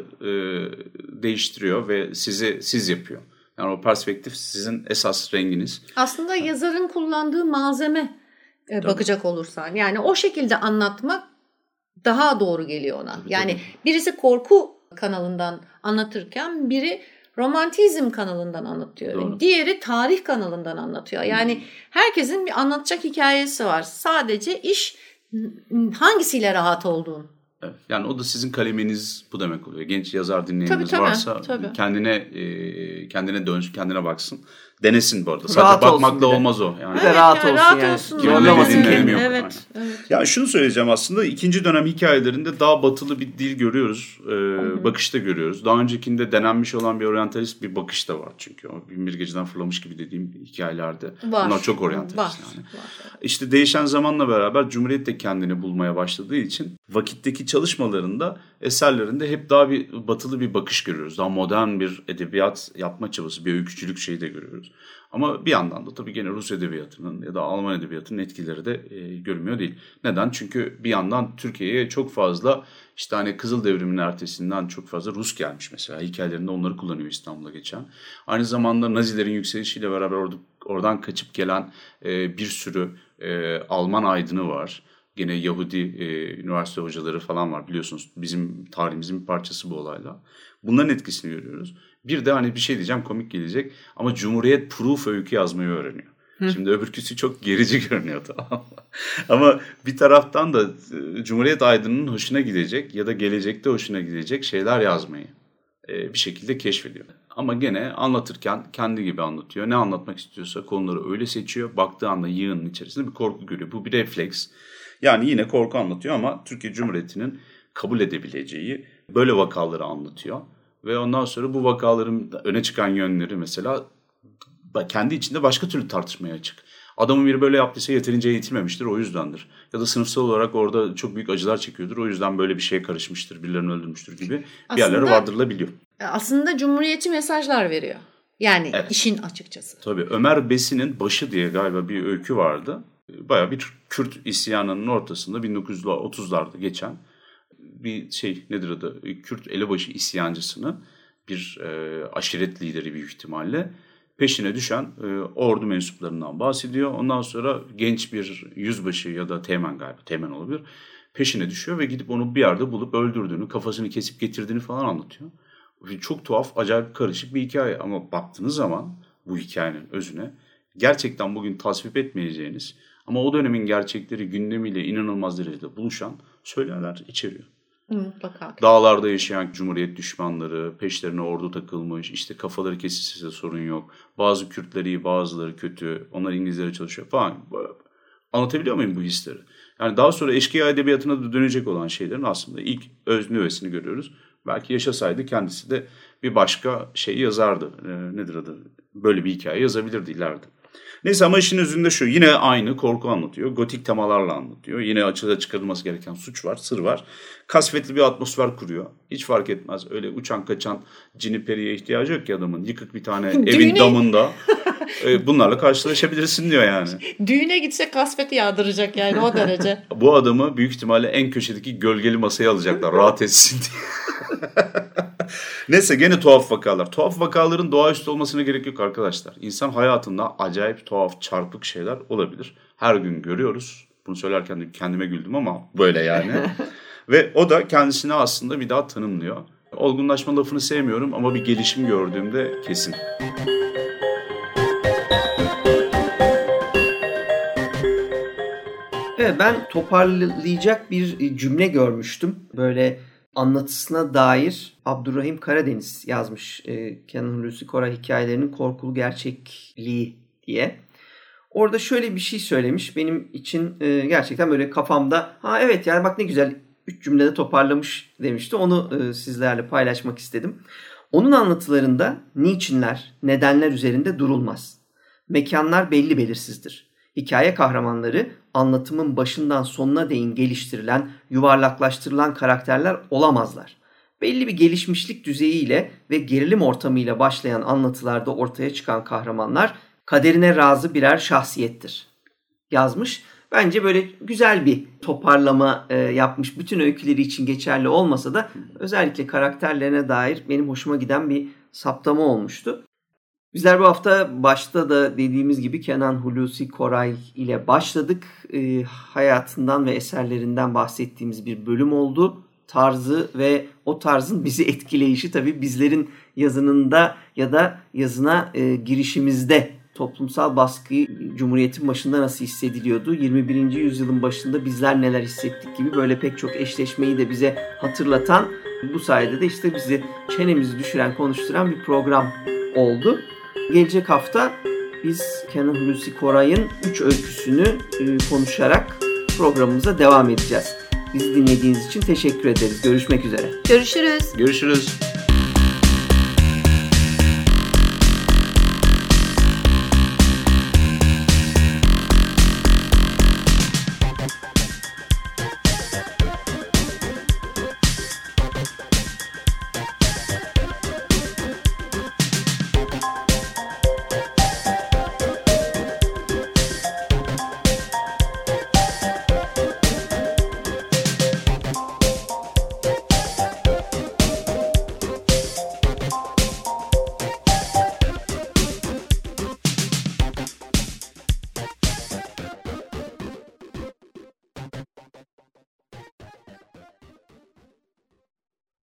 değiştiriyor ve siz yapıyor. Yani o perspektif sizin esas renginiz. Aslında yazarın kullandığı malzeme bakacak olursan. Yani o şekilde anlatmak daha doğru geliyor ona. Yani birisi korku kanalından anlatırken biri romantizm kanalından anlatıyor. Doğru. Diğeri tarih kanalından anlatıyor. Yani herkesin bir anlatacak hikayesi var. Sadece iş hangisiyle rahat olduğun. Evet. Yani o da sizin kaleminiz bu demek oluyor. Genç yazar dinleyeniniz varsa kendine dönsün, kendine baksın. Denesin bu arada. Sadece rahat bakmakla olmaz o. Yani. Bir de rahat olsun rahat yani. olsun. Zorlamasın kendini yok. Evet. Ya şunu söyleyeceğim aslında ikinci dönem hikayelerinde daha batılı bir dil görüyoruz. Bakışta görüyoruz. Daha öncekinde denenmiş olan bir oryantalist bir bakış da var çünkü. O Binbir Geceden Fırlamış gibi dediğim hikayelerde. Var. Bunlar çok oryantalist yani. Var. İşte değişen zamanla beraber Cumhuriyet de kendini bulmaya başladığı için vakitteki çalışmalarında, eserlerinde hep daha bir batılı bir bakış görüyoruz. Daha modern bir edebiyat yapma çabası, bir öykücülük şeyi de görüyoruz. Ama bir yandan da tabii gene Rus edebiyatının ya da Alman edebiyatının etkileri de görünmüyor değil. Neden? Çünkü bir yandan Türkiye'ye çok fazla işte hani Kızıl Devrim'in ertesinden çok fazla Rus gelmiş mesela. Hikayelerinde onları kullanıyor İstanbul'a geçen. Aynı zamanda Nazilerin yükselişiyle beraber oradan kaçıp gelen bir sürü Alman aydını var. Gene Yahudi üniversite hocaları falan var biliyorsunuz. Bizim tarihimizin bir parçası bu olayla. Bunların etkisini görüyoruz. Bir de hani bir şey diyeceğim komik gelecek ama Cumhuriyet proof öykü yazmayı öğreniyor. Şimdi öbürküsü çok gerici görünüyor tamam mı? Ama bir taraftan da Cumhuriyet aydınının hoşuna gidecek ya da gelecekte hoşuna gidecek şeyler yazmayı bir şekilde keşfediyor. Ama gene anlatırken kendi gibi anlatıyor. Ne anlatmak istiyorsa konuları öyle seçiyor. Baktığı anda yığının içerisinde bir korku görüyor. Bu bir refleks. Yani yine korku anlatıyor ama Türkiye Cumhuriyeti'nin kabul edebileceği böyle vakaları anlatıyor. Ve ondan sonra bu vakaların öne çıkan yönleri mesela kendi içinde başka türlü tartışmaya açık. Adamın biri böyle yaptıysa yeterince eğitilmemiştir o yüzdendir. Ya da sınıfsal olarak orada çok büyük acılar çekiyordur o yüzden böyle bir şeye karışmıştır, birilerini öldürmüştür gibi bir yerlere vardırılabiliyor. Aslında cumhuriyetçi mesajlar veriyor. Yani işin açıkçası. Tabii Ömer Besin'in Başı diye galiba bir öykü vardı. Bayağı bir Kürt isyanının ortasında 1930'larda geçen bir nedir adı? Kürt elebaşı isyancısını bir aşiret lideri büyük ihtimalle peşine düşen ordu mensuplarından bahsediyor. Ondan sonra genç bir yüzbaşı ya da teğmen galiba teğmen olabilir. Peşine düşüyor ve gidip onu bir yerde bulup öldürdüğünü, kafasını kesip getirdiğini falan anlatıyor. Çok tuhaf, acayip karışık bir hikaye ama baktığınız zaman bu hikayenin özüne gerçekten bugün tasvip etmeyeceğiniz ama o dönemin gerçekleri gündemiyle inanılmaz derecede buluşan söylemler içeriyor. Mutlaka. Dağlarda yaşayan Cumhuriyet düşmanları, peşlerine ordu takılmış, işte kafaları kesilse sorun yok. Bazı Kürtleri iyi, bazıları kötü, onlar İngilizlere çalışıyor falan. Anlatabiliyor muyum bu hisleri? Yani daha sonra eşkıya edebiyatına da dönecek olan şeylerin aslında ilk öz nüvesini görüyoruz. Belki yaşasaydı kendisi de bir başka şey yazardı. Nedir adı? Böyle bir hikaye yazabilirdi ileride. Neyse ama işin özünde şu. Yine aynı korku anlatıyor. Gotik temalarla anlatıyor. Yine açığa çıkarılması gereken suç var, sır var. Kasvetli bir atmosfer kuruyor. Hiç fark etmez. Öyle uçan kaçan cini periye ihtiyacı yok ki adamın. Yıkık bir tane evin damında bunlarla karşılaşabilirsin diyor yani. Düğüne gitse kasveti yağdıracak yani o derece. Bu adamı büyük ihtimalle en köşedeki gölgeli masaya alacaklar rahat etsin diye. Neyse gene tuhaf vakalar. Tuhaf vakaların doğaüstü olmasına gerek yok arkadaşlar. İnsan hayatında acayip tuhaf çarpık şeyler olabilir. Her gün görüyoruz. Bunu söylerken de kendime güldüm ama böyle yani. Ve o da kendisini aslında bir daha tanımlıyor. Olgunlaşma lafını sevmiyorum ama bir gelişim gördüğümde kesin. Evet, ben toparlayacak bir cümle görmüştüm. Böyle anlatısına dair Abdurrahim Karadeniz yazmış. Kenan Hulusi Koray hikayelerinin korkulu gerçekliği diye. Orada şöyle bir şey söylemiş. Benim için gerçekten böyle kafamda evet yani bak ne güzel 3 cümlede toparlamış demişti. Onu sizlerle paylaşmak istedim. Onun anlatılarında niçinler, nedenler üzerinde durulmaz. Mekanlar belli belirsizdir. Hikaye kahramanları anlatımın başından sonuna değin geliştirilen, yuvarlaklaştırılan karakterler olamazlar. Belli bir gelişmişlik düzeyiyle ve gerilim ortamıyla başlayan anlatılarda ortaya çıkan kahramanlar kaderine razı birer şahsiyettir yazmış. Bence böyle güzel bir toparlama yapmış. Bütün öyküleri için geçerli olmasa da özellikle karakterlerine dair benim hoşuma giden bir saptama olmuştu. Bizler bu hafta başta da dediğimiz gibi Kenan Hulusi Koray ile başladık. Hayatından ve eserlerinden bahsettiğimiz bir bölüm oldu. Tarzı ve o tarzın bizi etkileyişi tabii bizlerin yazınında ya da yazına girişimizde toplumsal baskı Cumhuriyet'in başında nasıl hissediliyordu? 21. yüzyılın başında bizler neler hissettik gibi böyle pek çok eşleşmeyi de bize hatırlatan, bu sayede de işte bizi çenemizi düşüren, konuşturan bir program oldu. Gelecek hafta biz Kenan Hulusi Koray'ın 3 öyküsünü konuşarak programımıza devam edeceğiz. Bizi dinlediğiniz için teşekkür ederiz. Görüşmek üzere. Görüşürüz. Görüşürüz.